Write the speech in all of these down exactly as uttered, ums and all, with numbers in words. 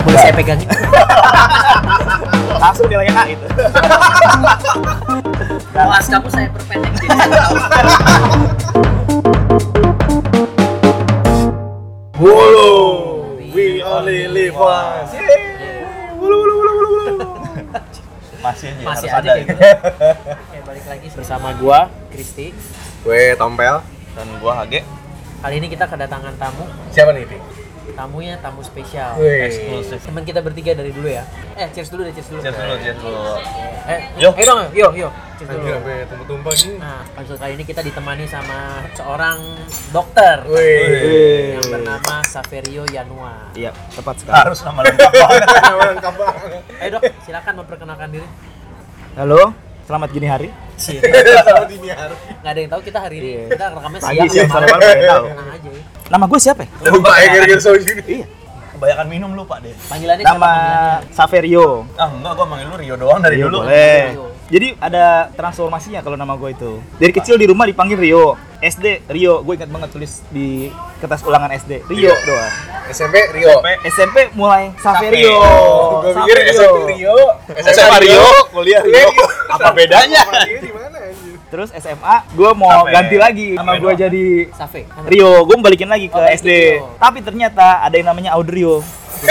Boleh saya pegangin? Langsung nilainya A itu. Kelas kamu saya perpendek jadi satu tahun. Wolo, we only live once. Wolo wolo wolo wolo wolo. Masih aja, Masih harus aja ada. kayak gitu. Oke, balik lagi bersama gua, Kristi. Gue Tompel. Dan gua H G Kali ini kita kedatangan tamu. Siapa nih, Pi? Tamunya tamu spesial. Wih. eksklusif. Teman kita bertiga dari dulu ya. Eh, cheers dulu deh, cheers dulu. Cheers dulu, cheers dulu. Eh, Yo. ayo dong, yo, yo. Cheers dulu. Anjir, sampai tumpah-tumpah gini. Nah, episode kali ini kita ditemani sama seorang dokter Wih. yang bernama Saverio Yanua. Iya, tepat sekali. Harus nama lengkap banget. Lengkap banget. Ayo dok, silakan memperkenalkan diri. Halo, selamat gini hari. Sama dini hari. Nggak ada yang tahu kita hari ini. Iya. Kita rekamnya Pagi, siang. siang, sore, malam, nggak ada yang tahu. Tenang aja. Nama gue siapa ya? Lupa ya gara-gara soal gini. Iya. Kebanyakan minum lupa deh. Panggilannya siapa Nama panggilannya? Saverio. Ah enggak, gua manggil lu Rio doang dari Rio dulu. boleh. Rio. Jadi ada transformasinya kalau nama gue itu. Dari kecil di rumah dipanggil Rio. S D Rio, gue ingat banget tulis di kertas ulangan S D. Rio Rio. doang. S M P Rio. S M P mulai Saverio. Oh, gue pikir S M P Rio. S M A Rio, kuliah Rio. Apa bedanya? Dia di mana anjir? Terus S M A gue mau Sampai- ganti lagi nama sampai gue doang. jadi Safe. Rio. Gue balikin lagi ke Oh, balikin S D. Rio. Tapi ternyata ada yang namanya Audrio.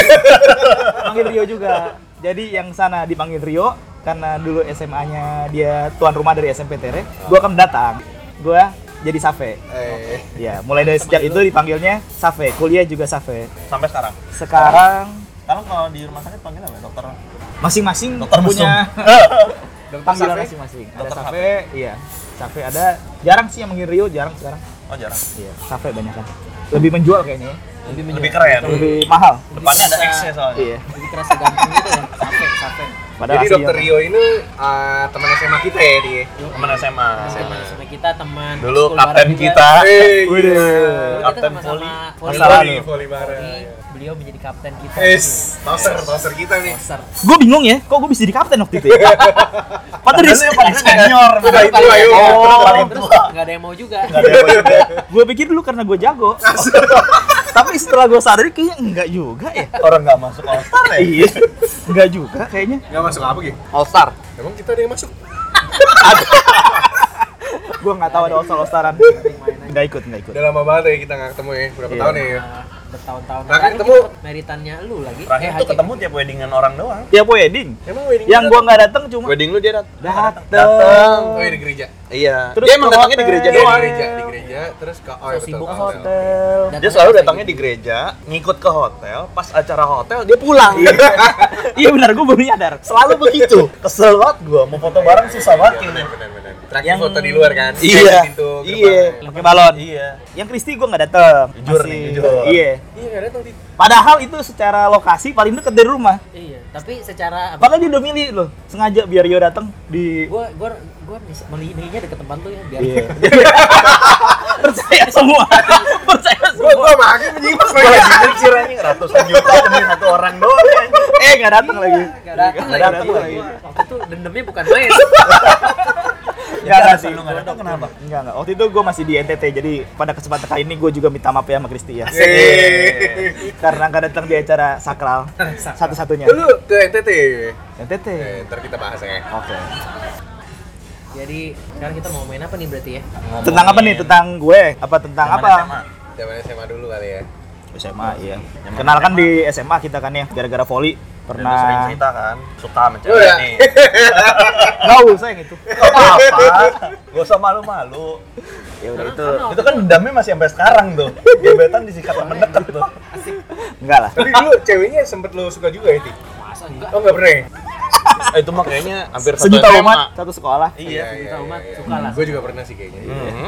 Panggil Rio juga. Jadi yang sana dipanggil Rio karena dulu S M A-nya dia tuan rumah dari S M P Tere. Gue akan datang. Gue jadi Save. Eh, Ya, mulai dari sejak itu dipanggilnya Save. Kuliah juga Save. Sampai sekarang. Sekarang Kalau kalau di rumah sakit panggil apa? Dokter. masing-masing Dokter punya Dokter panggilan Save? masing-masing. Ada Dokter Save, iya. Save ada. Jarang sih yang manggil Rio, jarang sekarang. Oh jarang. Iya, Save banyak kan. Lebih menjual kayaknya ya. Lebih, Lebih menjual. keren. Lebih mahal. Depannya ada bisa- X-nya soalnya. Iya. Lebih kerasa gampang gitu ya. Safe, safe. Padahal Jadi aslinya- dokter Rio ini uh, teman S M A kita ya dia. Teman S M A. Teman sama kita teman. Dulu sekolah kapten juga. kita. Eh, Wih. Dulu kita Kapten sama-sama voli. voli. Masa lalu. Voli bara. Voli. Beliau menjadi kapten kita. Es, toser, toser kita nih. Poser. Gue bingung ya, kok gue bisa jadi kapten waktu itu ya? Padahal di Padahal paling senior. Udah itu ayo. Oh. paling Terus tua. nggak ada yang mau juga. Nggak ada yang mau juga. gue pikir dulu karena gue jago. Tapi setelah gue sadar kayaknya enggak juga ya. Orang nggak masuk All Star ya? Iya, enggak juga kayaknya. Enggak masuk apa gitu? All Star. Emang kita ada yang masuk? Gue nggak tahu ada all-staran. Nggak ikut, nggak ikut. Udah lama banget ya kita nggak ketemu ya. Berapa Iya. tahun ya? Nah, bertahun-tahun. Terakhir Kan ketemu. kita meritannya lu lagi. Terakhir Eh, tuh Haji. ketemu tiap weddingan orang doang. Ya wedding. Emang wedding Yang gue nggak datang cuma Wedding lu dia datang. datang. Oh, iya, di gereja. Iya. Terus Dia emang ke datangnya di hotel. gereja Iya, di doang. gereja, di gereja, terus ke oh, iya, So betul, sibuk ke Ke hotel. hotel. Dia selalu datangnya di gereja, ngikut ke hotel, pas acara hotel dia pulang. Iya benar, gue baru nyadar. Selalu begitu. Kesel banget gua, mau foto bareng susah banget Iya, kayaknya. benar, benar, benar. Terakhir Yang- foto di luar kan? Iya. Di pintu Iya. gerbang. Pakai balon. Iya. Yang Kristi gue nggak datang. Jujur Masih- nih, jujur. Iya. Iya, nggak datang di. Padahal itu secara lokasi paling dekat dari rumah. Iya, tapi secara apa? Padahal dia udah milih loh, sengaja biar Rio datang di. Gua gua gua mis- milih- milihnya deket tempat lu ya biar. Iya. Percaya semua. Percaya Gua semua. gua makin menyimak Gua lagi. lagi mikir anjing ratusan juta demi satu orang doang ya. Eh nggak datang lagi. Gak datang Nggak lagi. datang Gua- lagi. gua Waktu itu dendamnya bukan main. Enggak Jadi enggak alasan sih. lu nggak datang kenapa? Enggak enggak. Waktu itu gue masih di N T T, jadi pada kesempatan kali ini gue juga minta maaf ya sama Kristi ya. Eh. Karena nggak datang di acara sakral satu-satunya. Lu ke N T T. N T T. Eh, ntar kita bahas ya. Oke. Jadi sekarang kita mau main apa nih berarti ya? Tentang apa nih? Tentang gue? Apa tentang Zaman apa? S M A. Zaman S M A dulu kali ya. S M A iya. Kenalkan di S M A kita kan ya, gara-gara volley Dan lu sering pernah. cerita kan, suka sama Oh, cewek ya. nih. Nggak usah yang itu. Gak apa-apa. Gak usah malu-malu. Ya udah itu. Itu kan dendamnya masih sampai sekarang tuh. Gebetan disikat temen deket tuh. Enggak lah. Tapi dulu ceweknya sempet lo suka juga ya, Ti? Masa enggak? Oh, enggak pernah ya? Eh, itu mah kayaknya hampir satu Sejuta S M A. umat satu sekolah. Iya. sejuta umat suka lah. Gue juga pernah sih kayaknya. Mhm.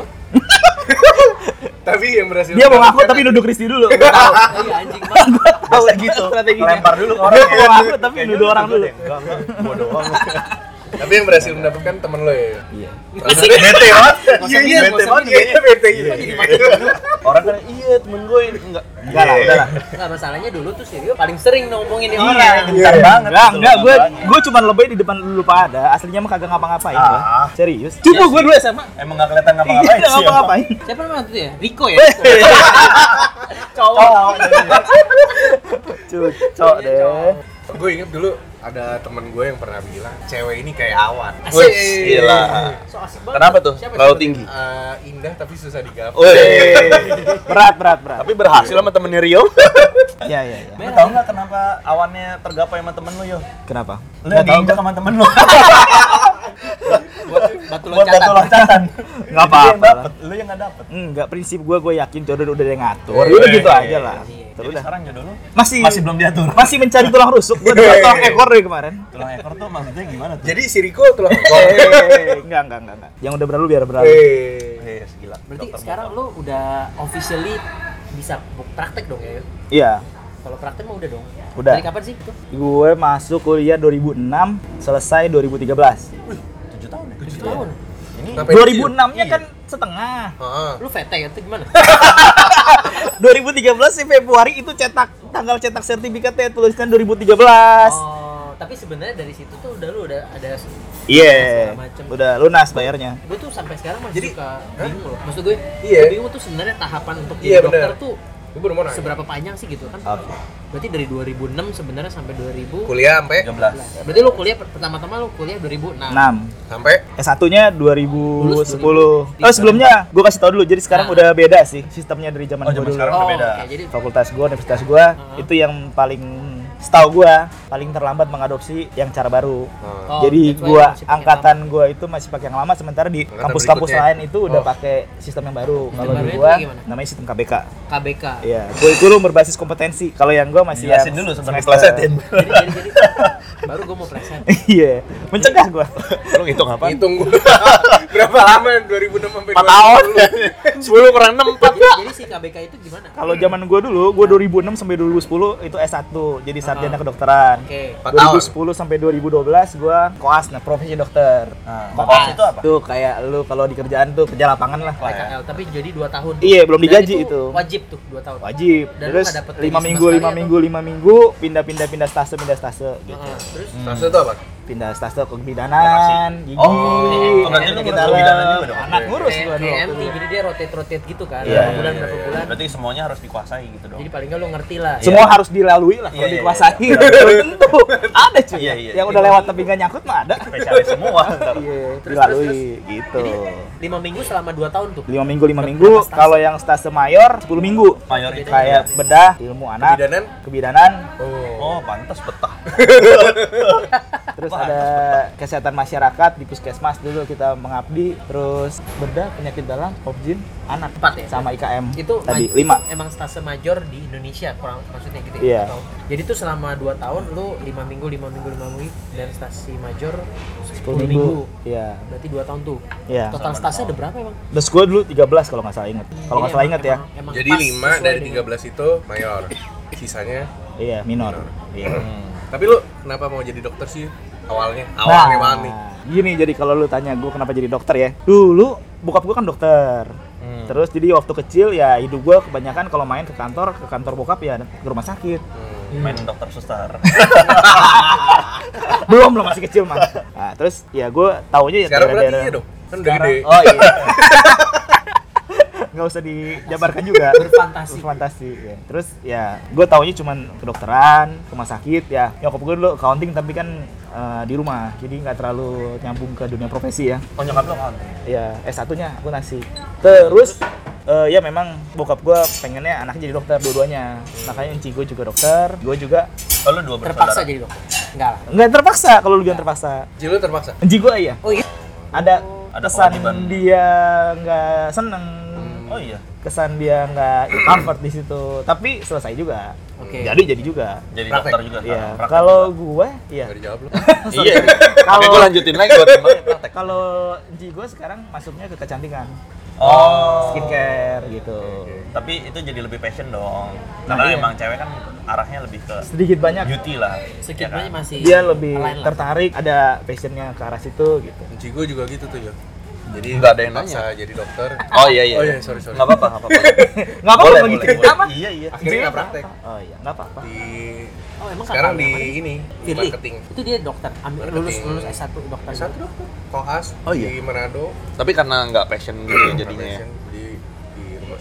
Tapi yang berhasil Dia mau ngaku mendapatkan- tapi nuduh Kristi dulu. Gua tahu. Iya anjing mah. Tahu Biasa gitu. strateginya. Lempar dulu ke orang Dia ya. mau ngaku tapi Kayaknya nuduh lu orang juga dulu. deh. Enggak, enggak. Gua doang. Tapi yang berhasil mendapatkan temen lo ya? Iya. Asik bete banget. Iya, iya, bete banget iya, iya, bete iya. Orang kan iya temen gue ini enggak. Enggak lah, udah lah. Enggak masalahnya dulu tuh si Rio paling sering ngomongin nih Iya, orang. gencar Iya. banget. Enggak, gitu enggak, loh, gue namanya. gue cuma lebay di depan lu pada. Aslinya mah kagak ngapa-ngapain gua. Ah. Serius. Cupu gue dulu S M A. Emang enggak kelihatan Iya, ngapa-ngapain sih. ngapa-ngapain. Siapa namanya tuh ya? Riko ya? Cowok. Cu- Ngaco deh. Gue inget dulu ada temen gue yang pernah bilang cewek ini kayak awan. Asik. Wih, gila. So asik banget. Kenapa tuh? Siapa Terlalu yang tinggi. Eh, indah tapi susah digapai. Wih. Berat, berat, berat. Tapi berhasil sama temennya Rio. Iya, iya, iya. Lu tau nggak kenapa awannya tergapai sama temen lu, Yo? Kenapa? Lu yang diinjak sama temen lu. Buat batu Buat batu loncatan. loncatan. Nggak Itu dia yang apa-apa dapet, lu yang nggak dapet. Enggak, prinsip gue, gue yakin jodoh udah ada yang ngatur. Iya, Udah iya, gitu iya, aja iya. lah. Iya. Terus Jadi udah. sekarang jodoh lu Masih masih belum diatur. masih mencari tulang rusuk. Gue udah tulang ekor dari kemarin. Tulang ekor tuh maksudnya gimana tuh? Jadi si Riko tuh lah. Eh, enggak, enggak, enggak, enggak. Yang udah berlalu biar berlalu. Eh, Eh, gila. Berarti Dokter sekarang motor. lu udah officially bisa praktek dong ya? Iya, Kalau praktek mah udah dong. Udah. Dari kapan sih itu? gue masuk kuliah dua ribu enam, selesai dua ribu tiga belas. tujuh tahun ya? tujuh tahun. Ini Sampai dua ribu enam-nya iya. kan setengah. Heeh. Lu V T itu gimana? dua ribu tiga belas sih Februari itu cetak tanggal cetak sertifikatnya tuliskan dua ribu tiga belas. Oh, tapi sebenarnya dari situ tuh udah lu udah ada Iya. segala macem. Udah lunas bayarnya. gue tuh sampai sekarang masih Jadi, suka hah? bingung loh. Maksud gue, Iya. gue bingung tuh sebenarnya tahapan untuk Iya, jadi dokter bener. tuh Gue baru mau nanya. seberapa panjang sih gitu kan? Oke. Berarti dari dua ribu enam sebenarnya sampai dua ribu Kuliah sampai tiga belas. Berarti lu kuliah per- pertama-tama lu kuliah dua ribu enam. enam. sampai S satu-nya dua ribu sepuluh. Lulus dua ribu tiga. Oh, sebelumnya gue kasih tau dulu. Jadi sekarang Nah. udah beda sih sistemnya dari zaman Oh, gue zaman dulu. sekarang Oh, udah beda. oke. Jadi Fakultas gue, universitas gue Uh-huh. itu yang paling setahu gue paling terlambat mengadopsi yang cara baru. Oh, Jadi that's why gua masih pakai angkatan gua itu masih pakai yang lama, sementara di Angkatan kampus-kampus berikutnya. lain itu udah Oh. pakai sistem yang baru. Sistem Kalau di barunya gua itu gimana? namanya sistem K B K. K B K. Iya, kurikulum berbasis kompetensi. Kalau yang gua masih Jelasin yang dulu sebelum semester- diplesetin. Jadi, jadi, jadi baru gue mau preset. Iya, mencegah gua. Lu ngitung apa? hitung gue. Berapa lama dua ribu enam sampai empat tahun. dua ribu sepuluh? sepuluh kurang enam, empat. jadi, jadi si K B K itu gimana? Kalau zaman gua dulu, gua dua ribu enam sampai dua ribu sepuluh itu S satu, jadi sarjana kedokteran. Oke. Empat dua ribu tahun. sepuluh sampai dua ribu dua belas gua koas, nah profesi dokter. Nah, Koas. koas itu apa? Tuh kayak lu kalau di kerjaan tuh kerja lapangan lah. P K L, tapi jadi dua tahun. Iya, belum Dan digaji itu. Wajib tuh dua tahun. Wajib. Dan lu Terus nggak dapet lima gaji sama minggu, sekali lima atau? minggu, lima minggu, pindah-pindah pindah stase, pindah stase gitu. Heeh. Terus Stase itu apa? Pindah stase ke kebidanan, gigi. Oh, berarti lu penyakit ngurus dalam. kebidanan juga dong? Anak ngurus kayak gua dulu. kayak M T, jadi dia rotate-rotate gitu kan. Iya, Berapa iya, bulan iya, berapa iya. bulan. Berarti semuanya harus dikuasai gitu dong. Jadi paling nggak lu ngerti lah. Semua harus dilalui lah kalau Iya, iya, dikuasai. iya. Belum tentu. Ada cuy. Iya, iya. Yang udah lewat tapi nggak nyangkut mah ada. Spesialis semua. ntar. Iya, Terus, dilalui gitu. Jadi lima minggu selama dua tahun tuh. lima minggu lima minggu, kalau yang stase mayor sepuluh minggu. Mayor itu Kayak bedah, ilmu anak, Kebidanan? kebidanan, Oh. Oh, pantas betah. terus Wah, ada kesehatan masyarakat di puskesmas dulu kita mengabdi, terus bedah, penyakit dalam, objin, anak, Empat ya? sama I K M Itu tadi ma- lima. emang stase major di Indonesia kurang maksudnya gitu ya. Iya. Atau- jadi tuh selama dua tahun lu lima minggu lima minggu lima minggu dan stasi major sepuluh minggu. Iya, Berarti dua tahun tuh. iya. Total stase ada berapa emang? Terus gue dulu tiga belas kalau nggak salah inget. Kalau Jadi nggak salah emang- inget ya. emang- emang Jadi pas lima sesuai dari dengan- tiga belas itu mayor. Sisanya. Iya, minor. Iya. Hmm. Tapi lu kenapa mau jadi dokter sih awalnya? Awalnya banget nih. Gini, jadi kalau lu tanya gue kenapa jadi dokter ya. Dulu bokap gue kan dokter. Hmm. Terus jadi waktu kecil ya hidup gue kebanyakan kalau main ke kantor, ke kantor bokap ya ke rumah sakit. Hmm. Main dokter suster. belum belum masih kecil mah. Nah, terus ya gue taunya ya Sekarang berarti daerah-daerah- iya dong. Kan udah Sekarang- gede. Oh iya. Nggak usah dijabarkan juga. Berfantasi. Berfantasi. Ya. Terus ya gue taunya cuman kedokteran, rumah sakit ya. Nyokap gue dulu accounting tapi kan eh, di rumah, jadi nggak terlalu nyambung ke dunia profesi ya. Oh, nyokap lu kan? Ya S satu-nya aku nasi. Terus eh, ya memang bokap gue pengennya anaknya jadi dokter dua-duanya. Makanya enci gue juga dokter, gue juga Oh, lu dua Terpaksa bersaudara. jadi dokter. Enggak lah. nggak terpaksa. Kalau lu bilang terpaksa, Ji lu terpaksa. enci gue iya. Oh iya. Ada Ada kesan kewajiban. dia nggak seneng, Oh iya. kesan dia nggak comfort di situ. Tapi selesai juga. Oke. Jadi jadi juga. Jadi Praktek. dokter juga Iya. sekarang. Praktek Kalau juga. gue, iya. Gak dijawab lu. Iya. Kalau- Oke, gua lanjutin lagi buat kembali praktek. Kalau enci gue sekarang masuknya ke kecantikan, Oh. skincare gitu. Tapi itu jadi lebih passion dong. Nah, Karena iya. emang cewek kan arahnya lebih ke Sedikit banyak beauty lah. Sedikit ya kan? banyak masih dia lebih align lah. tertarik, ada passionnya ke arah situ gitu. Enci gue juga gitu tuh ya. Jadi Nggak ada yang terpaksa nanya. jadi dokter. Oh iya iya. Oh iya, sorry, sorry. Enggak apa-apa, enggak apa-apa. Nggak apa-apa Boleh, bagi boleh, cerita boleh. mah. Iya iya. Akhirnya nggak praktek. Oh iya, nggak apa-apa. Di Oh, emang sekarang kakak di namanya? ini Firly. marketing. Itu dia dokter. Ambil lulus Marketing. lulus S satu dokter. S satu dokter. Koas Oh, iya. di Manado. Tapi karena nggak passion gitu ya jadinya ya. Passion di di rumah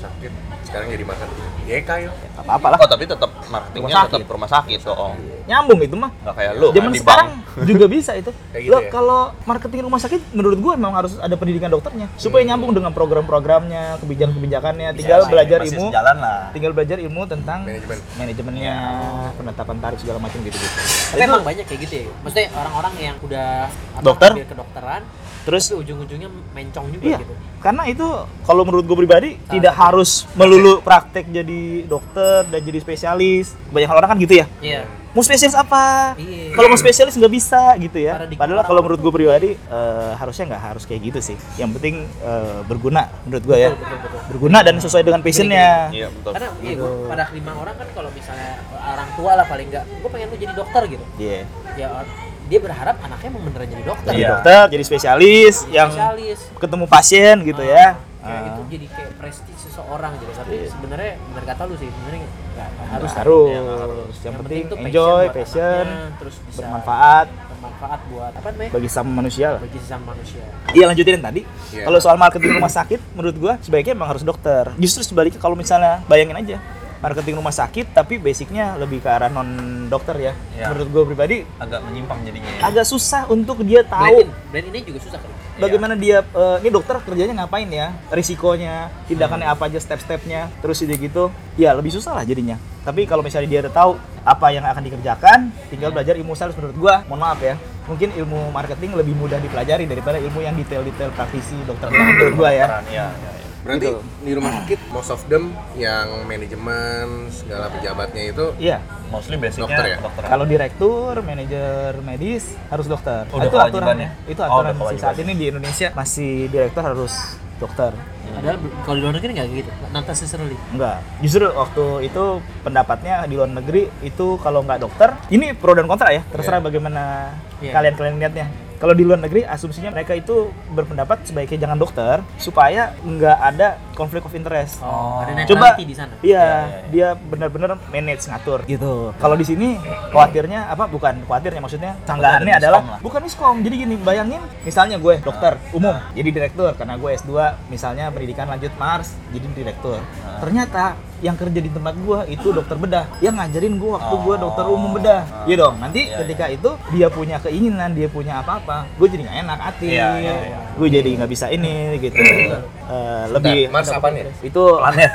sakit, sekarang jadi marketing. Y K yo. Gak apa-apa lah. Oh, tapi tetap marketingnya Rumah sakit. tetap rumah sakit dong. Nyambung itu mah. Nggak kayak lu Zaman kan, di sekarang bank. juga bisa itu. Kayak gitu Lo ya? kalau marketing rumah sakit menurut gue memang harus ada pendidikan dokternya supaya nyambung dengan program-programnya, kebijakan-kebijakannya. Tinggal Iya, belajar masih ilmu, sejalan lah. tinggal belajar ilmu tentang Manajemen. manajemennya, penetapan tarif segala macam gitu-gitu. Tapi Itu emang banyak kayak gitu ya. Maksudnya orang-orang yang udah apa, Dokter? ambil kedokteran, terus tapi ujung-ujungnya mencong juga iya, gitu. karena itu kalau menurut gue pribadi Salah tidak satu. harus melulu praktek jadi dokter dan jadi spesialis. Banyak orang kan gitu ya. Iya. Mau spesialis apa? Iya. Kalau mau spesialis nggak bisa gitu ya. Paradigma Padahal orang kalau tuh. menurut gue pribadi eh, harusnya nggak harus kayak gitu sih. Yang penting eh, berguna menurut gue ya. Betul, betul, betul. Berguna dan sesuai dengan passionnya. Iya, betul. Karena iya, Gitu. gua, pada lima orang kan kalau misalnya orang tua lah paling enggak, gue pengen lu jadi dokter gitu. Iya. Ya dia berharap anaknya mau beneran jadi dokter. Jadi Iya. dokter, jadi spesialis Jadi yang spesialis. ketemu pasien gitu Ah, ya. kayak Ah. itu jadi kayak prestis seseorang gitu. Tapi Iya. sebenarnya bener kata lu sih, sebenarnya nggak nggak harus. Harus, harus. Ya, Yang, Yang penting tuh enjoy, buat passion, anaknya, terus bisa bermanfaat bermanfaat buat apa namanya? bagi sama manusia lah. Bagi sesama manusia. Iya, lanjutin yang tadi. Iya. Kalau soal marketing rumah sakit, menurut gua sebaiknya emang harus dokter. Justru sebaliknya kalau misalnya bayangin aja marketing rumah sakit tapi basicnya lebih ke arah non dokter ya. Iya. Menurut gua pribadi Agak menyimpang jadinya ya. agak susah untuk dia Brand, tahu brand ini juga susah kan? bagaimana dia eh, ini dokter kerjanya ngapain ya, risikonya, tindakannya apa aja, step-stepnya, terus udah gitu, ya lebih susah lah jadinya. Tapi kalau misalnya dia udah tahu apa yang akan dikerjakan, tinggal belajar ilmu sales menurut gua, mohon maaf ya, mungkin ilmu marketing lebih mudah dipelajari daripada ilmu yang detail-detail praktisi dokter menurut gua ya. Iya, iya, iya. Berarti Gitu. di rumah sakit most of them yang manajemen segala pejabatnya itu Iya, Mostly basicnya Dokter ya? dokter. kalau direktur, manajer medis harus dokter. Udah itu kewajibannya? aturan, itu Oh, aturan udah sih saat kewajibannya. ini di Indonesia masih direktur harus dokter. Padahal kalau di luar negeri nggak kayak gitu, not necessarily. Enggak, justru waktu itu pendapatnya di luar negeri itu kalau nggak dokter, ini pro dan kontra ya, terserah bagaimana Iya. kalian-kalian lihatnya. Kalau di luar negeri, asumsinya mereka itu berpendapat sebaiknya jangan dokter supaya nggak ada konflik of interest. Oh, ada Coba, neutrality di sana. iya, Iya, iya, iya. dia benar-benar manage ngatur gitu. Kalau di sini khawatirnya apa? Bukan khawatirnya, maksudnya sanggahannya ada adalah miskom lah. bukan miskom. Jadi gini, bayangin misalnya gue dokter umum, jadi direktur karena gue S dua misalnya pendidikan lanjut Mars, jadi direktur. Ternyata yang kerja di tempat gue itu dokter bedah, yang ngajarin gue waktu gue dokter umum bedah. Iya dong. Nanti Iya, ketika itu dia punya keinginan, dia punya apa-apa, gue jadi nggak enak hati. Iya, iya, iya. Gue jadi nggak bisa ini gitu. Eh, lebih Mars apaan ya? itu Planet.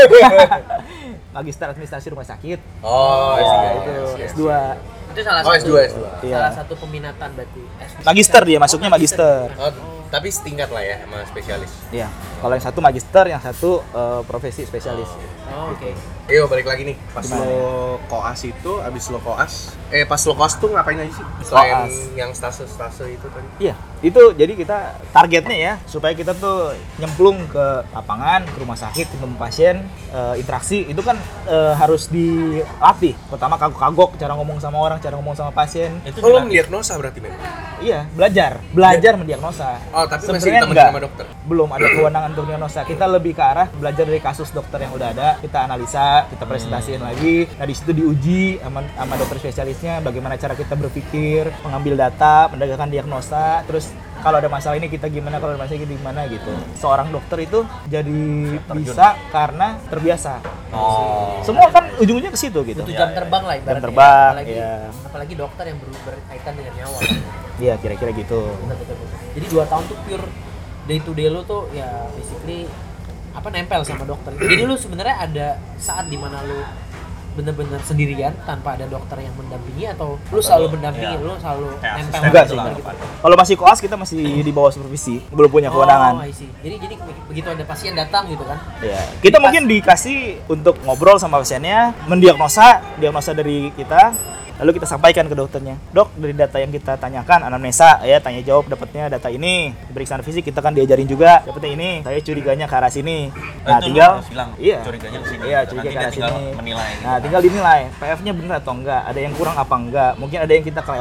magister administrasi rumah sakit. Oh, Ya, iya, itu iya, iya, S dua. Itu salah Oh, satu. S dua, S dua. Iya. Salah satu peminatan berarti. S dua. Magister dia, masuknya magister. Oh, tapi setingkat lah ya sama spesialis. Iya. Kalau yang satu magister, yang satu eh, profesi spesialis. Oh, oke. Yo, balik lagi nih. Pas Gimana? lo koas itu, abis lo koas, eh pas lo koas tuh ngapain aja sih? Selain Koas. yang stase-stase itu tadi. Iya, itu jadi kita targetnya ya supaya kita tuh nyemplung ke lapangan, ke rumah sakit, ketemu pasien, eh, interaksi itu kan eh, harus dilatih. Pertama kagok-kagok, cara ngomong sama orang, cara ngomong sama pasien. Itu Oh, lo juga- mendiagnosa berarti, men? Iya, belajar, belajar mendiagnosa. Oh, tapi masih Sebenarnya ditemenin enggak. sama dokter? Belum ada kewenangan untuk diagnosa. Kita lebih ke arah belajar dari kasus dokter yang udah ada, kita analisa, kita presentasiin lagi. Nah, di situ diuji sama, sama dokter spesialisnya bagaimana cara kita berpikir, mengambil data, menegakkan diagnosa, terus kalau ada masalah ini kita gimana, kalau ada masalah ini gimana gitu. Seorang dokter itu jadi bisa karena terbiasa. Oh. Semua kan ujung-ujungnya ke situ gitu. Butuh Iya, jam iya. terbang lah ibaratnya. terbang, apalagi, iya. apalagi dokter yang ber- berkaitan dengan nyawa. Kan? Iya, kira-kira gitu. Betul, betul, betul. Jadi dua tahun tuh pure day to day lu tuh ya basically apa nempel sama dokter. Jadi lu sebenarnya ada saat dimana lu bener-bener sendirian tanpa ada dokter yang mendampingi atau lu selalu mendampingi, iya. lu selalu Kayak nempel asisten Enggak sama sih. dokter gitu. Kalau masih koas kita masih di bawah supervisi, belum punya kewenangan. Oh, I see. Jadi jadi begitu ada pasien datang gitu kan. Ya, kita mungkin dikasih untuk ngobrol sama pasiennya, mendiagnosa, diagnosa dari kita, lalu kita sampaikan ke dokternya. Dok, dari data yang kita tanyakan, anamnesa, ya tanya jawab dapatnya data ini. Pemeriksaan fisik kita kan diajarin juga, dapatnya ini. Saya curiganya ke arah sini. Nah, itu lu tinggal harus bilang, iya. curiganya ke sini. Iya, Nanti curiga ke dia arah tinggal sini. menilai. Nah, tinggal dinilai P F-nya bener atau enggak, ada yang kurang apa enggak. Mungkin ada yang kita kelewat.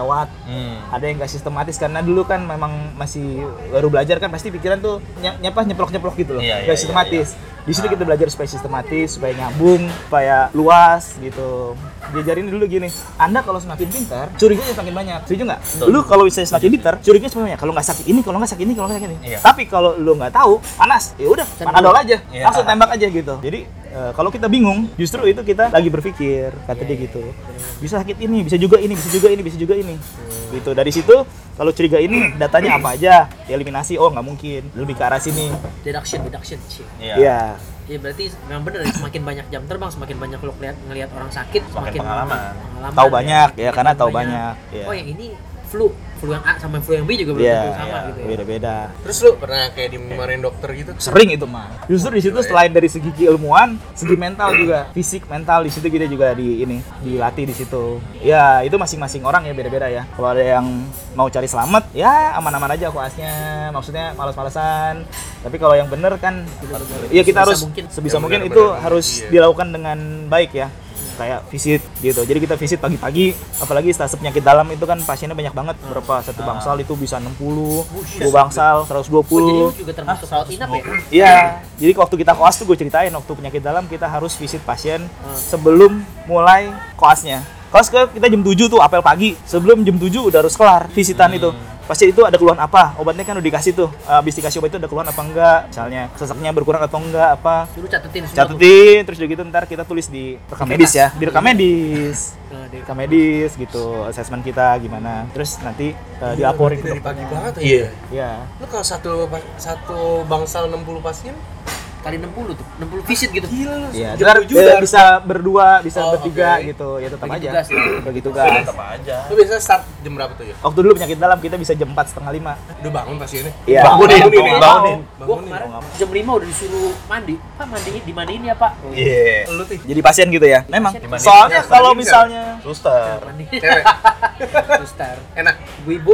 Hmm. Ada yang nggak sistematis karena dulu kan memang masih baru belajar kan pasti pikiran tuh ny- nyapa nyeplok-nyeplok gitu loh. Iya, Nggak iya, sistematis. iya, Di situ Ah. kita belajar supaya sistematis, supaya nyambung, supaya luas gitu. Diajarin dulu gini, Anda kalau semakin pintar, curiganya semakin banyak. Setuju nggak? Lu kalau bisa semakin pintar, curiganya semakin banyak. Kalau nggak sakit ini, kalau nggak sakit ini, kalau nggak sakit ini. Iya. Tapi kalau lu nggak tahu, panas, ya udah, panadol aja, Iya. langsung tembak aja gitu. Jadi eh, kalau kita bingung, justru itu kita lagi berpikir, kata dia gitu. Bisa sakit ini, bisa juga ini, bisa juga ini, bisa juga ini. Gitu. Dari situ kalau curiga ini datanya apa aja, eliminasi. Oh nggak mungkin, lebih ke arah sini. Deduction, deduction. Cih. Iya. Iya. Ya berarti memang bener ya, semakin banyak jam terbang, semakin banyak lo ngeliat, ngeliat orang sakit, Semakin semakin pengalaman. pengalaman Tahu banyak ya, karena tahu banyak. Iya. Oh yang ini flu, flu yang A sama flu yang B juga belum Iya, tentu sama iya. gitu ya. Beda-beda. Terus lu pernah kayak dimarahin dokter gitu? Sering itu mah. Justru di situ selain dari segi keilmuan, segi mental juga, fisik, mental di situ kita juga di ini dilatih di situ. Ya itu masing-masing orang ya beda-beda ya. Kalau ada yang mau cari selamat, ya aman-aman aja koasnya. Maksudnya malas-malesan. Tapi kalau yang bener kan, ya kita Sebisa harus mungkin. sebisa Yang mungkin itu benar-benar, harus iya. dilakukan dengan baik ya. Kayak visit gitu. Jadi kita visit pagi-pagi, apalagi stase penyakit dalam itu kan pasiennya banyak banget. Berapa satu bangsal itu bisa enam puluh, dua bangsal seratus dua Oh, jadi puluh. lu juga termasuk rawat inap ya? Iya, jadi waktu kita koas tuh gue ceritain waktu penyakit dalam kita harus visit pasien sebelum mulai koasnya. Koas ke kita jam tujuh tuh apel pagi. Sebelum jam tujuh udah harus kelar visitan itu. Pasien itu ada keluhan apa? Obatnya kan udah dikasih tuh. Habis dikasih obat itu ada keluhan apa enggak? Misalnya sesaknya berkurang atau enggak apa? Lu catetin semua tuh. Catetin terus udah gitu ntar kita tulis di rekam medis ya. Di rekam medis. Nah, di- Rekam medis gitu, asesmen kita gimana. Terus nanti uh, dilaporin ke Dari dokternya. pagi banget ya? Iya. Iya. Lu kalau satu pas- satu bangsal enam puluh pasien, kali enam puluh tuh, enam puluh visit gitu. gila lu. Iya, jam ntar tujuh eh, udah harus- bisa berdua, bisa Oh, bertiga oke. gitu. Ya tetap Bagi aja. tugas ya. Bagi tugas. Tetap aja. Lu biasanya start jam berapa tuh ya? Waktu dulu penyakit dalam kita bisa jam empat setengah lima. Udah bangun pasiennya? Iya. Bangunin, Bangunin, bangunin. bangunin. Gua Bangunin. kemarin jam lima udah disuruh mandi. Pak mandi dimandiin ya, Pak. Oh, Iya. Lu tuh Jadi pasien gitu ya. Memang. Dimandiin. Soalnya Dimandiin. kalau Dimandiin misalnya Suster. Mandi. cewek, Suster. enak. Ibu-ibu.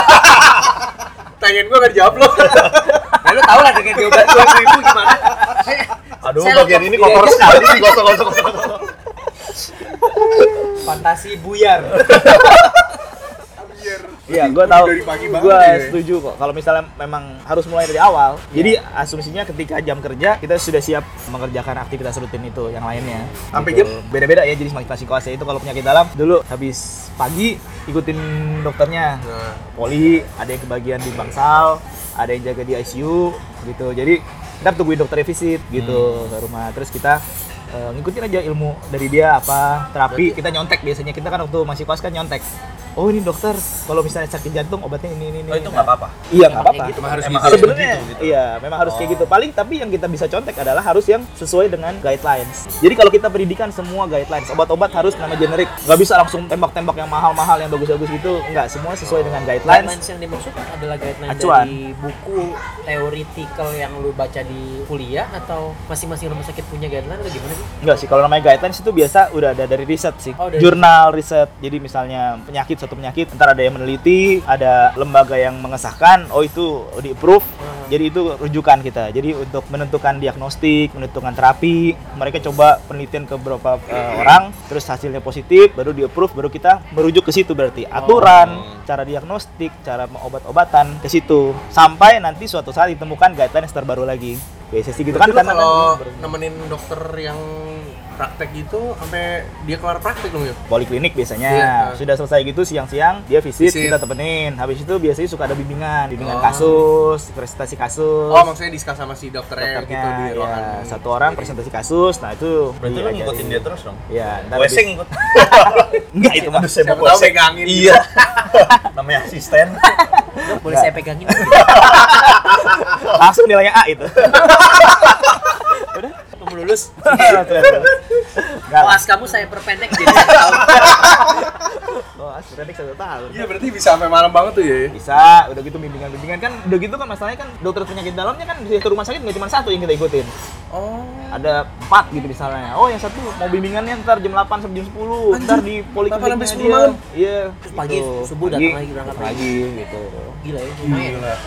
Tanyain gua gak dijawab lu. Ya lu tau lah dengan jawaban gua ibu gimana. Aduh, Saya bagian lapor ini dia kotor aja. sekali sih, gosok-gosok. Fantasi buyar. iya, gua tahu. Dari pagi banget Gua ya. setuju kok. Kalau misalnya memang harus mulai dari awal. Jadi asumsinya ketika jam kerja kita sudah siap mengerjakan aktivitas rutin itu yang lainnya. Sampai Gitu. Beda-beda ya jadi masing-masing koasnya itu kalau penyakit dalam dulu habis pagi ikutin dokternya. Nah, Poli, ada yang kebagian di bangsal, ada yang jaga di I C U gitu. Jadi kita tungguin dokternya visit gitu ke rumah. Terus kita eh, ngikutin aja ilmu dari dia apa terapi. Kita nyontek biasanya. Kita kan waktu masih koas kan nyontek. Oh ini dokter, kalau misalnya sakit jantung obatnya ini ini ini. Oh, itu Nah, nggak apa-apa? Iya nggak apa-apa. Gitu. emang harus Emang gitu. harus Sebenarnya begitu, gitu. iya, memang harus kayak Oh. gitu. Paling tapi yang kita bisa contek adalah harus yang sesuai dengan guidelines. Jadi kalau kita pendidikan semua guidelines, obat-obat harus nama generik. Nggak bisa langsung tembak-tembak yang mahal-mahal yang bagus-bagus gitu. Enggak, semua sesuai dengan guidelines. Guidelines yang dimaksud adalah guideline Acuan. dari buku theoretical yang lu baca di kuliah atau masing-masing rumah sakit punya guideline atau gimana sih? Enggak sih, kalau namanya guidelines itu biasa udah ada dari riset sih. Oh, dari Jurnal riset. Jadi misalnya penyakit, suatu penyakit, ntar ada yang meneliti, ada lembaga yang mengesahkan, oh itu di-approve. Jadi itu rujukan kita. Jadi untuk menentukan diagnostik, menentukan terapi, mereka coba penelitian ke beberapa eh, orang, terus hasilnya positif, baru di-approve, baru kita merujuk ke situ berarti. Aturan, cara diagnostik, cara obat-obatan ke situ. Sampai nanti suatu saat ditemukan guidelines terbaru lagi. Biasa sih gitu kan Berarti lu karena kalau kan nemenin dokter yang praktek gitu sampai dia kelar praktek dong ya? poliklinik biasanya Iya. sudah selesai gitu siang-siang dia visit, Visit. kita temenin. Habis itu biasanya suka ada bimbingan bimbingan Oh. kasus, presentasi kasus Oh, maksudnya diskus sama si dokternya, dokternya gitu di ya, ruangan. satu orang presentasi kasus. Nah itu Berarti lu diajarin. ngikutin dia terus dong? Iya, ntar W C habis- ngikut? enggak itu mah Aduh, saya Siapa mau tahu W C. megangin gitu. Iya. Namanya asisten. Dok, boleh saya pegangin? langsung nilainya A itu. Kamu lulus? Enggak lah. Kelas kamu saya perpendek jadi satu tahun. Oh, aspirasi satu tahun. Iya, berarti bisa sampai malam banget tuh ya. Bisa, udah gitu bimbingan-bimbingan kan, udah gitu kan masalahnya kan dokter penyakit dalamnya kan di satu rumah sakit nggak cuma satu yang kita ikutin. Oh. Ada empat gitu misalnya. Oh yang satu mau bimbingannya ntar jam delapan sampai jam sepuluh. Anjir, Ntar di delapan polikliniknya sampai dia. sepuluh malam? Iya. Terus pagi, gitu. subuh Pagi, datang lagi berangkat lagi. lagi gitu. Gila ya, lumayan. Gila.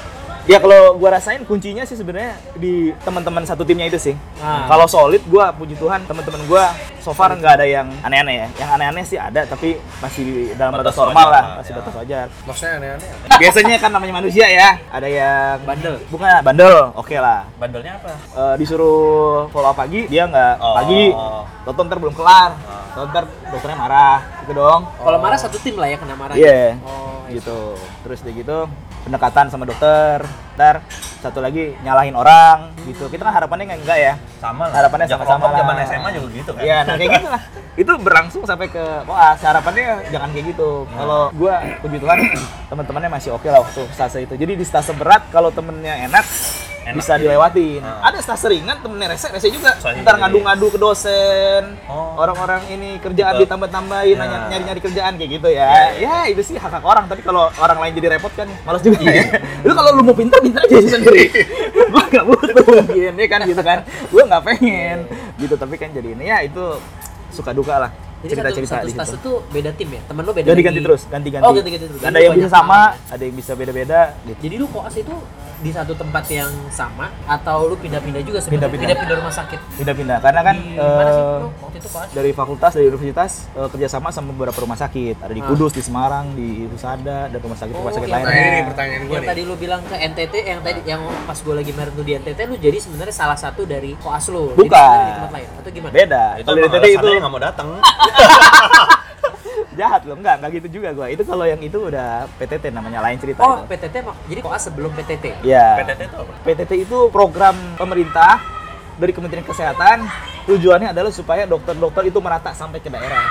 Ya kalau gua rasain kuncinya sih sebenarnya di teman-teman satu timnya itu sih. Ah. Kalau solid gua puji Tuhan teman-teman gua so far nggak ada yang aneh-aneh ya. Yang aneh-aneh sih ada tapi masih dalam batas Batas normal wajar lah, lah, masih ya. batas wajar. Maksudnya aneh-aneh. Biasanya kan namanya manusia ya, ada yang Bandel. bukan bandel, oke lah. Bandelnya apa? Eh, disuruh follow up pagi, dia nggak Oh. pagi, tonton ntar belum kelar, tonton dokternya marah, gitu dong. Kalau marah satu tim lah ya kena marah. Iya, Oh, iya. gitu. Terus dia gitu pendekatan sama dokter, ntar satu lagi nyalahin orang, gitu. Kita kan harapannya nggak enggak ya. Sama lah. Harapannya Yang sama-sama kelompok lah. zaman S M A juga gitu kan. Iya, nah kayak gitu lah. Itu berlangsung sampai ke koas. Harapannya jangan kayak gitu. Kalau gua puji Tuhan teman-temannya masih oke lah waktu stase itu. Jadi di stase berat kalau temennya enak, Enak bisa gitu. dilewatin. Ah. Ada stase ringan temennya rese, rese juga. Soalnya Ntar jadi- ngadu-ngadu ke dosen. Oh. Orang-orang ini kerjaan Betul. ditambah-tambahin, Ya. nanya nyari-nyari kerjaan kayak gitu ya. Ya, Ya, itu sih hak-hak orang. Tapi kalau orang lain jadi repot kan malas juga ya. Itu kalau lu mau pintar, pintar aja sendiri. Gua nggak butuh mungkin, ya kan gitu kan. Gua nggak pengen gitu. Tapi kan jadi ini ya itu suka duka lah. Jadi satu, Cerita-cerita satu di stase situ. tuh beda tim ya? Temen lu beda Ganti-ganti lagi? terus, ganti-ganti. Oh, ganti-ganti terus. Ada Jadi yang bisa banyak sama, orang. ada yang bisa beda-beda gitu. Jadi lu koas itu di satu tempat yang sama atau lu pindah-pindah juga sebenarnya? Pindah-pindah. Pindah-pindah rumah sakit. Pindah-pindah karena kan Di mana sih eh, lu waktu itu koas? dari fakultas, dari universitas eh, kerjasama sama beberapa rumah sakit. Ada di Ah. Kudus, di Semarang, di Husada, dan rumah sakit rumah sakit yang lainnya. Nah, ini nih pertanyaan gue yang nih. tadi lu bilang ke N T T, yang tadi yang pas gue lagi married tuh di N T T, lu jadi sebenarnya salah satu dari koas lu. Jadi Bukan. sebenarnya di tempat lain atau gimana? Beda. Itu Kalau emang dari tadi itu alasannya nggak mau datang. jahat loh, enggak, enggak gitu juga gua. Itu kalau yang itu udah P T T namanya, lain cerita Oh, itu. P T T mak- jadi koas sebelum P T T. Iya. P T T itu apa? P T T itu program pemerintah dari Kementerian Kesehatan. Tujuannya adalah supaya dokter-dokter itu merata sampai ke daerah.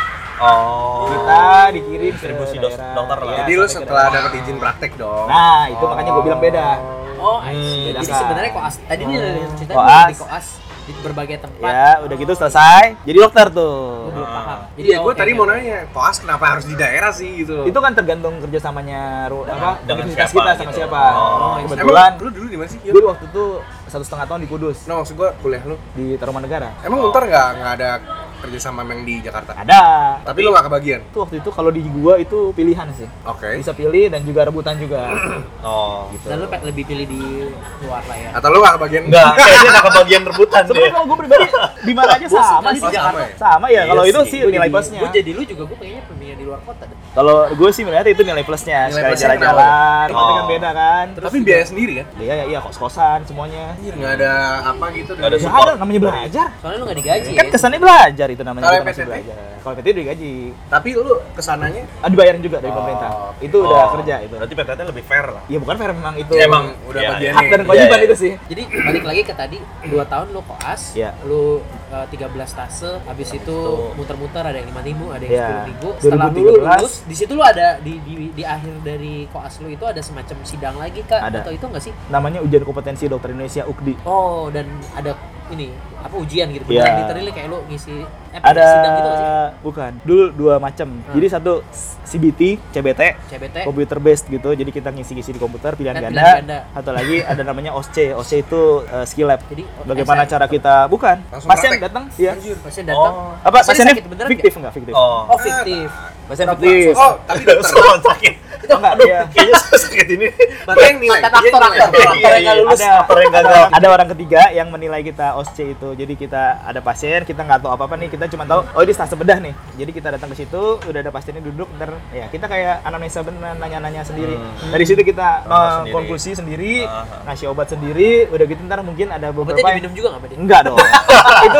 Oh. Kita dikirim ke Distribusi dos- daerah. dokter lah. Iya, Jadi lu sampai ke setelah daerah. dapat izin praktek dong. Nah, itu makanya gua bilang beda. Oh, I see. Hmm, Jadi beda. sebenarnya koas. Tadi nih dari cerita Koas. lu di koas di berbagai tempat. Ya, udah gitu selesai. Jadi dokter tuh. Gue belum paham. Jadi Iya, gue oke, tadi oke. mau nanya, koas kenapa harus di daerah sih gitu? Itu kan tergantung kerjasamanya ru- apa dengan universitas siapa kita sama gitu. siapa. Oh, Kebetulan Emang lu dulu di mana sih? gue waktu itu satu setengah tahun di Kudus, No, maksud gue kuliah lu. di Tarumanegara. Emang Untar nggak nggak ada kerjasama yang di Jakarta? Ada. Tapi lu nggak kebagian? Itu waktu itu kalau di gua itu pilihan sih. Oke. Bisa pilih dan juga rebutan juga. Oh. Gitu. Dan lu pe- lebih pilih di luar lah ya. Atau lu nggak kebagian? Enggak, kayaknya nggak kebagian rebutan Sebenarnya deh. kalau gue pribadi di mana aja Gua sama suka sih sih di sama Jakarta. ya? Sama ya. Kalau Iya itu sih. sih Gua nilai jadi- plusnya. Gua jadi lu juga gue kayaknya pemilih di luar kota deh. Kalau gue sih melihat itu nilai plusnya. Nilai Sekali plusnya jalan-jalan, kenapa? itu kan Oh. beda kan. Tapi biaya sendiri kan? Iya ya, iya kos-kosan semuanya. Anjir, nggak ada apa gitu. Nggak ada dari- Nggak ada namanya belajar. Soalnya lu gak digaji Kan ya. kesannya belajar itu namanya. Kalau bukan masih P T T? belajar. Kalau P T T digaji. Tapi lu kesananya Ah, dibayarin juga dari Oh, pemerintah. oke. Itu udah Oh, kerja itu. Berarti P T T lebih fair lah. Iya bukan fair memang itu. Ya, emang udah Iya, bagiannya. hak dan Iya, kewajiban iya. itu sih. Jadi balik lagi ke tadi dua tahun lu koas, Iya. lu uh, tiga belas tase, habis itu itu- muter-muter ada yang lima ribu, ada yang Iya. sepuluh ribu. Setelah dua ribu tiga lu belas. lulus, di situ lu ada di, di di akhir dari koas lu itu ada semacam sidang lagi kak Ada. atau itu enggak sih? Namanya ujian kompetensi dokter Indonesia U K D I. Oh, dan ada ini apa ujian gitu, Iya. beneran literally kayak lu ngisi eh, apa, Ada sidang gitu nggak sih? bukan. Dulu dua macam. Hmm. Jadi satu C B T, C B T, C B T. computer based gitu. Jadi kita ngisi-ngisi di komputer pilihan Dan ganda. pilihan ganda. Satu lagi ada namanya O S C. O S C itu uh, skill lab. Jadi oh, Bagaimana S M. cara kita bukan Langsung pasien praktek? datang, iya. Anjir. pasien datang. Oh. Apa Pasien pasiennya sakit beneran fiktif enggak fiktif? Oh. Oh, fiktif. Pasien fiktif. Oh, tapi dokter. Soal sakit. Itu enggak dia. Kayaknya sakit ini. Berarti yang nilai. Mantan Dia aktor, nilai. aktor, aktor yang nggak lulus. ada, aktor yang gagal. ada, ada orang ketiga yang menilai kita O S C itu. Jadi kita ada pasien, kita nggak tahu apa-apa nih, kita cuma tahu oh ini stase bedah nih. Jadi kita datang ke situ, udah ada pasiennya duduk, ntar ya kita kayak anamnesa beneran nanya-nanya sendiri. Hmm. Dari situ kita Oh, uh, sendiri. konklusi sendiri, Aha. ngasih obat sendiri, udah gitu ntar mungkin ada beberapa Obatnya yang- diminum juga nggak, Pak? Enggak dong. Itu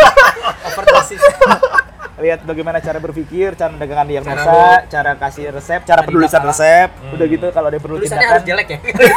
Overdosis. lihat bagaimana cara berpikir, cara menegakkan Cara diagnosa, cara kasih resep, cara Cara penulisan dibaca. resep. Hmm. Udah gitu kalau ada yang perlu Tulisannya tindakan. harus jelek ya?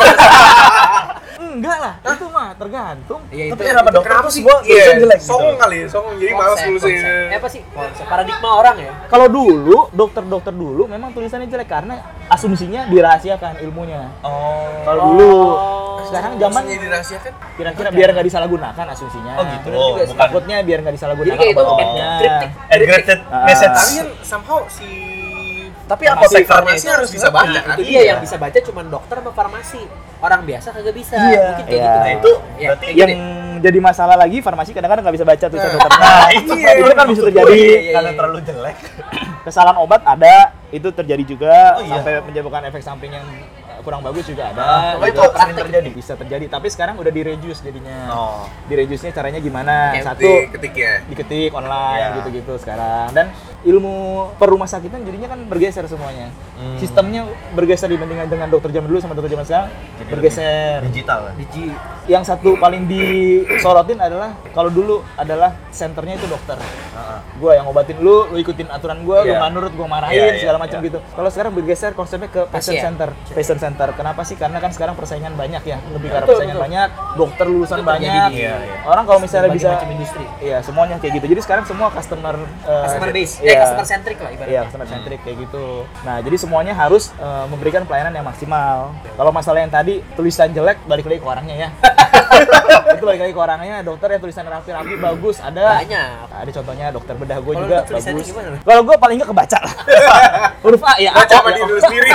Enggak lah, itu mah tergantung. Iya, Tapi itu. kenapa dokter Kenapa tuh sih? semua Iya, tulisan jelek gitu? songong kali ya, songong. Jadi malas Konsep, nulisin. konsep. Eh, apa sih? Konsep paradigma orang ya. Kalau dulu, dokter-dokter dulu memang tulisannya jelek karena asumsinya dirahasiakan ilmunya. Oh. Kalau dulu, Oh. sekarang zaman Maksudnya dirahasiakan? kira-kira biar nggak disalahgunakan asumsinya. Oh gitu. Bener juga sih. Bukan. Takutnya biar nggak disalahgunakan Jadi kayak itu obat-obatnya. kriptik. Encrypted Ah. message. Tapi kan somehow si Tapi farmasi, apotek farmasi harus bisa baca Nah, kan? itu dia yang bisa baca cuma dokter sama farmasi. Orang biasa kagak bisa. Iya. Mungkin kayak Iya. gitu. Nah, itu Ya, berarti kayak Yang gitu. jadi masalah lagi farmasi kadang-kadang nggak bisa baca tulisan dokter. Nah, itu Iya. itu kan bisa terjadi. Iya, iya, karena iya. terlalu jelek. Kesalahan obat ada, itu terjadi juga Oh, iya. sampai menyebabkan efek samping yang eh, kurang bagus juga ada. Ah, gitu. itu sering terjadi. Bisa terjadi, tapi sekarang udah di-reduce jadinya. Oh. Di-reduce-nya caranya gimana? Oke, Satu, Ketik ya. diketik online Iya. gitu-gitu sekarang. Dan ilmu perumah sakitan jadinya kan bergeser semuanya. Hmm. Sistemnya bergeser dibandingkan dengan dokter zaman dulu sama dokter zaman sekarang. Jadi Bergeser. lebih digital kan? Digi Yang satu paling disorotin adalah kalau dulu adalah senternya itu dokter. Heeh. Gua yang ngobatin lu, lu ikutin aturan gua, lu Iya. nggak nurut, gua marahin Iya, iya, segala macam iya. gitu. Kalau sekarang bergeser konsepnya ke patient Pasien. center. Patient center. Kenapa sih? Karena kan sekarang persaingan banyak ya. Lebih karena Betul, persaingan betul. banyak, dokter lulusan Itu terjadi banyak. di- Iya, iya. Orang kalau misalnya berbagai bisa macam industri. iya, semuanya kayak gitu. Jadi sekarang semua customer eh, Customer base, iya. eh customer centric lah ibaratnya. Iya, customer centric kayak gitu. Nah, jadi semuanya harus eh, memberikan pelayanan yang maksimal. Kalau masalah yang tadi tulisan jelek balik lagi ke orangnya ya. Itu balik lagi ke orangnya. Dokter yang tulisan rapi-rapi bagus ada. Banyak. Ada contohnya dokter bedah gue Kalau juga lu tulisannya bagus. gimana? Kalau gue paling nggak kebaca lah. Huruf A ya. Baca A, sama ya, diri O. lu sendiri.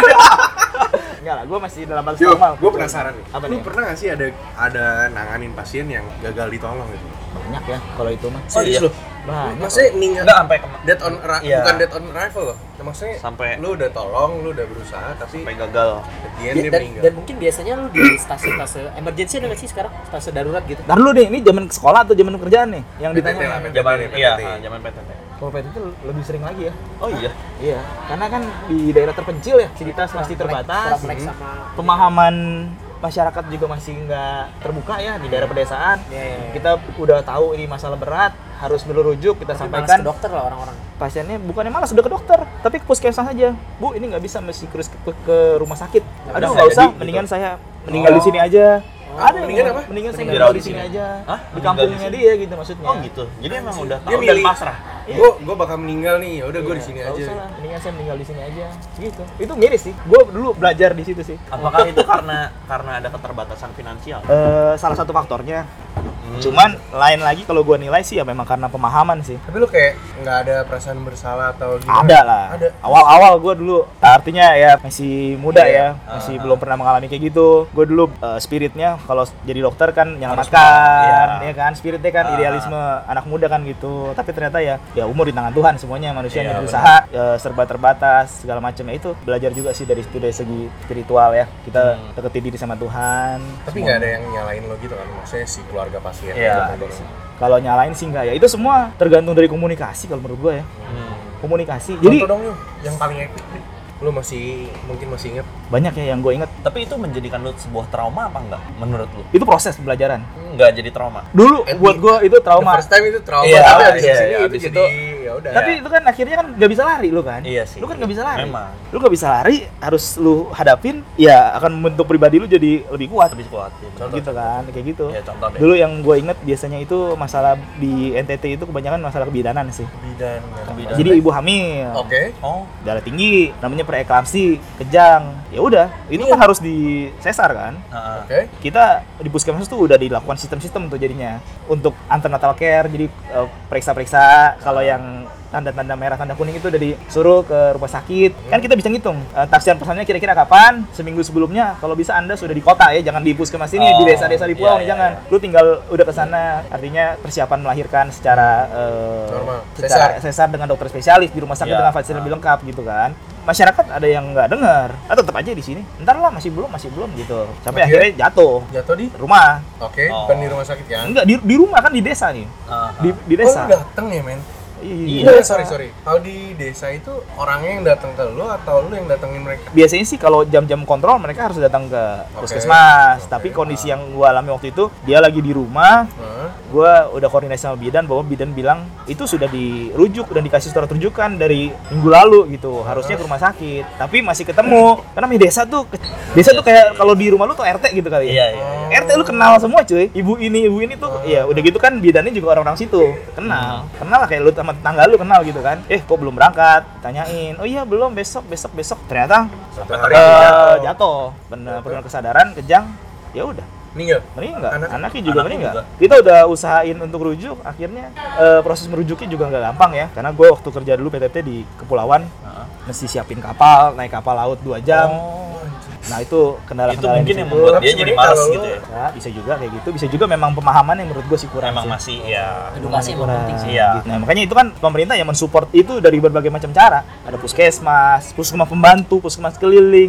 Enggak lah, gue masih dalam batas Yo, normal. gue penasaran nih. Apa Lu nih? pernah gak sih ada ada nanganin pasien yang gagal ditolong gitu? Banyak ya kalau itu mah. Serius lu? Banyak. Maksudnya ninggal Enggak sampai ke- dead on arri- Iya. bukan dead on arrival loh. Ya, maksudnya Sampai- lu udah tolong, lu udah berusaha tapi sampai gagal. at the end Ya, dia dan, meninggal. dan mungkin biasanya lu di stase-stase emergency ada nggak sih sekarang? Stase darurat gitu. Ntar dulu nih, ini zaman sekolah atau zaman kerjaan nih yang P T T ditanya. lah, P T T. Zaman P T T. iya, ah, zaman P T T. Kalau P T T lebih sering lagi ya. Oh iya. Iya, karena kan di daerah terpencil ya, fasilitas masih terbatas, Kurang melek sama pemahaman masyarakat juga masih nggak terbuka ya di daerah pedesaan. Iya, iya, iya. Kita udah tahu ini masalah berat, harus dulu rujuk, kita Tapi malas sampaikan. ke dokter lah orang-orang. Pasiennya bukannya malas udah ke dokter, tapi ke puskesmas aja. Bu, ini nggak bisa mesti terus ke, ke rumah sakit. Ya Aduh, udah, nggak nggak usah, jadi, mendingan gitu. saya meninggal di sini aja. Oh, Ada yang mendingan ngomong, apa? Mendingan saya Meninggal meninggal di di sini sini. aja. Hah? Di Meninggal kampungnya di sini? dia gitu maksudnya. Oh gitu. Jadi emang udah Dia tahu dan milih. pasrah. Gue gue bakal meninggal nih. Ya udah gue di sini Nggak aja. usah lah, mendingan saya meninggal di sini aja. Gitu. Itu miris sih. Gue dulu belajar di situ sih. Apakah itu karena karena ada keterbatasan finansial? Eh, salah satu faktornya. Hmm. Cuman lain lagi kalau gue nilai sih ya memang karena pemahaman sih. Tapi lu kayak nggak ada perasaan bersalah atau gimana? Ada lah. Ada. Awal-awal gue dulu artinya ya masih muda Iya. ya, masih Ah. belum pernah mengalami kayak gitu. Gue dulu eh, spiritnya kalau jadi dokter kan Harus menyelamatkan, iya. ya kan spiritnya kan Ah. idealisme anak muda kan gitu. Tapi ternyata ya ya umur di tangan Tuhan semuanya manusia Iya, yang berusaha ya, serba terbatas segala macam ya itu belajar juga sih dari situ dari segi spiritual ya kita Hmm. deketin diri sama Tuhan. Tapi nggak ada yang nyalain lo gitu kan? Maksudnya si keluarga pasien. Iya. gitu. Kalau nyalain sih enggak ya itu semua tergantung dari komunikasi kalau menurut gue ya Hmm. komunikasi. Jadi Jadi dong yuk, yang paling epic nih. Lu masih mungkin masih inget? banyak ya yang gue inget Tapi itu menjadikan lu sebuah trauma apa enggak menurut lu? itu proses pembelajaran. Enggak jadi trauma. Dulu At buat the- gue itu The trauma. first time itu trauma, Iya, tapi abis iya, sini iya, itu abis jadi ya udah. Tapi itu kan akhirnya kan nggak bisa lari lu kan? Iya sih. Lu kan nggak bisa lari. Memang. Lu nggak bisa lari, harus lu hadapin, ya akan membentuk pribadi lu jadi lebih kuat. Habis kuat. Ya, Contoh. Gitu kan, kayak gitu. Ya contoh deh. Dulu yang gue inget biasanya itu masalah di N T T itu kebanyakan masalah kebidanan sih. bidan. Kebidanan. Jadi ibu hamil, Oke. Oh, darah tinggi, namanya preeklamsi, kejang. Ya udah, itu kan harus di sesar kan? heeh. Oke. Kita di puskesmas tuh udah dilakukan sistem-sistem tuh jadinya untuk antenatal care, jadi eh, periksa-periksa kalau yang tanda-tanda merah, tanda kuning itu udah disuruh ke rumah sakit. Kan kita bisa ngitung eh, taksiran persannya kira-kira kapan, seminggu sebelumnya. Kalau bisa Anda sudah di kota ya, jangan di puskesmas ini, di Oh, desa-desa di pulau iya, nih, iya, jangan. iya. Lu tinggal udah ke sana, artinya persiapan melahirkan secara eh, Normal. secara sesar dengan dokter spesialis di rumah sakit Iya. dengan fasilitas lebih lengkap gitu kan. Masyarakat ada yang nggak dengar, ah tetap aja di sini. Ntar lah masih belum, masih belum gitu. Sampai Akhirnya? akhirnya jatuh Jatuh di? rumah. Oke, Oh. bukan di rumah sakit kan? Enggak di, di rumah kan di desa nih. Ah, Di, di Oh, desa. lu dateng ya, men? Iya. Iya, sorry, sorry. Kalau di desa itu orangnya yang datang ke lu atau lu yang datengin mereka? Biasanya sih kalau jam-jam kontrol mereka harus datang ke Oke. puskesmas. Oke. Tapi kondisi yang gua alami waktu itu dia lagi di rumah. Hah? Gua udah koordinasi sama bidan bahwa bidan bilang itu sudah dirujuk dan dikasih surat rujukan dari minggu lalu gitu. Harusnya ke rumah sakit. Tapi masih ketemu. Karena di desa tuh desa tuh kayak kalau di rumah lu tuh R T gitu kali ya. Iya, iya. R T lu kenal semua cuy. Ibu ini, ibu ini tuh ya udah gitu kan bidannya juga orang-orang situ. Kenal. Kenal lah kayak lu sama tetangga lu kenal gitu kan. Eh, kok belum berangkat? Tanyain. Oh iya, belum, besok, besok, besok. Ternyata Sampai eh, hari ini jatuh. jatuh. Benar benar kesadaran, kejang. Ya udah. Meninggal? Meninggal. Anak- Anaknya juga anaknya meninggal. juga. Kita udah usahain untuk rujuk, akhirnya eh, proses merujuknya juga nggak gampang ya. Karena gue waktu kerja dulu P T T di kepulauan, Heeh. mesti siapin kapal, naik kapal laut dua jam. Oh. Nah itu kendala-kendala Itu mungkin di yang situ. membuat Tapi dia jadi sebenarnya malas kalau gitu lu- ya. Ya, bisa juga kayak gitu. Bisa juga memang pemahaman yang menurut gue sih kurang Emang sih. masih ya. Edukasi emang Kurang. penting sih. Iya. Nah makanya itu kan pemerintah yang mensupport itu dari berbagai macam cara. Ada puskesmas, puskesmas pembantu, puskesmas keliling,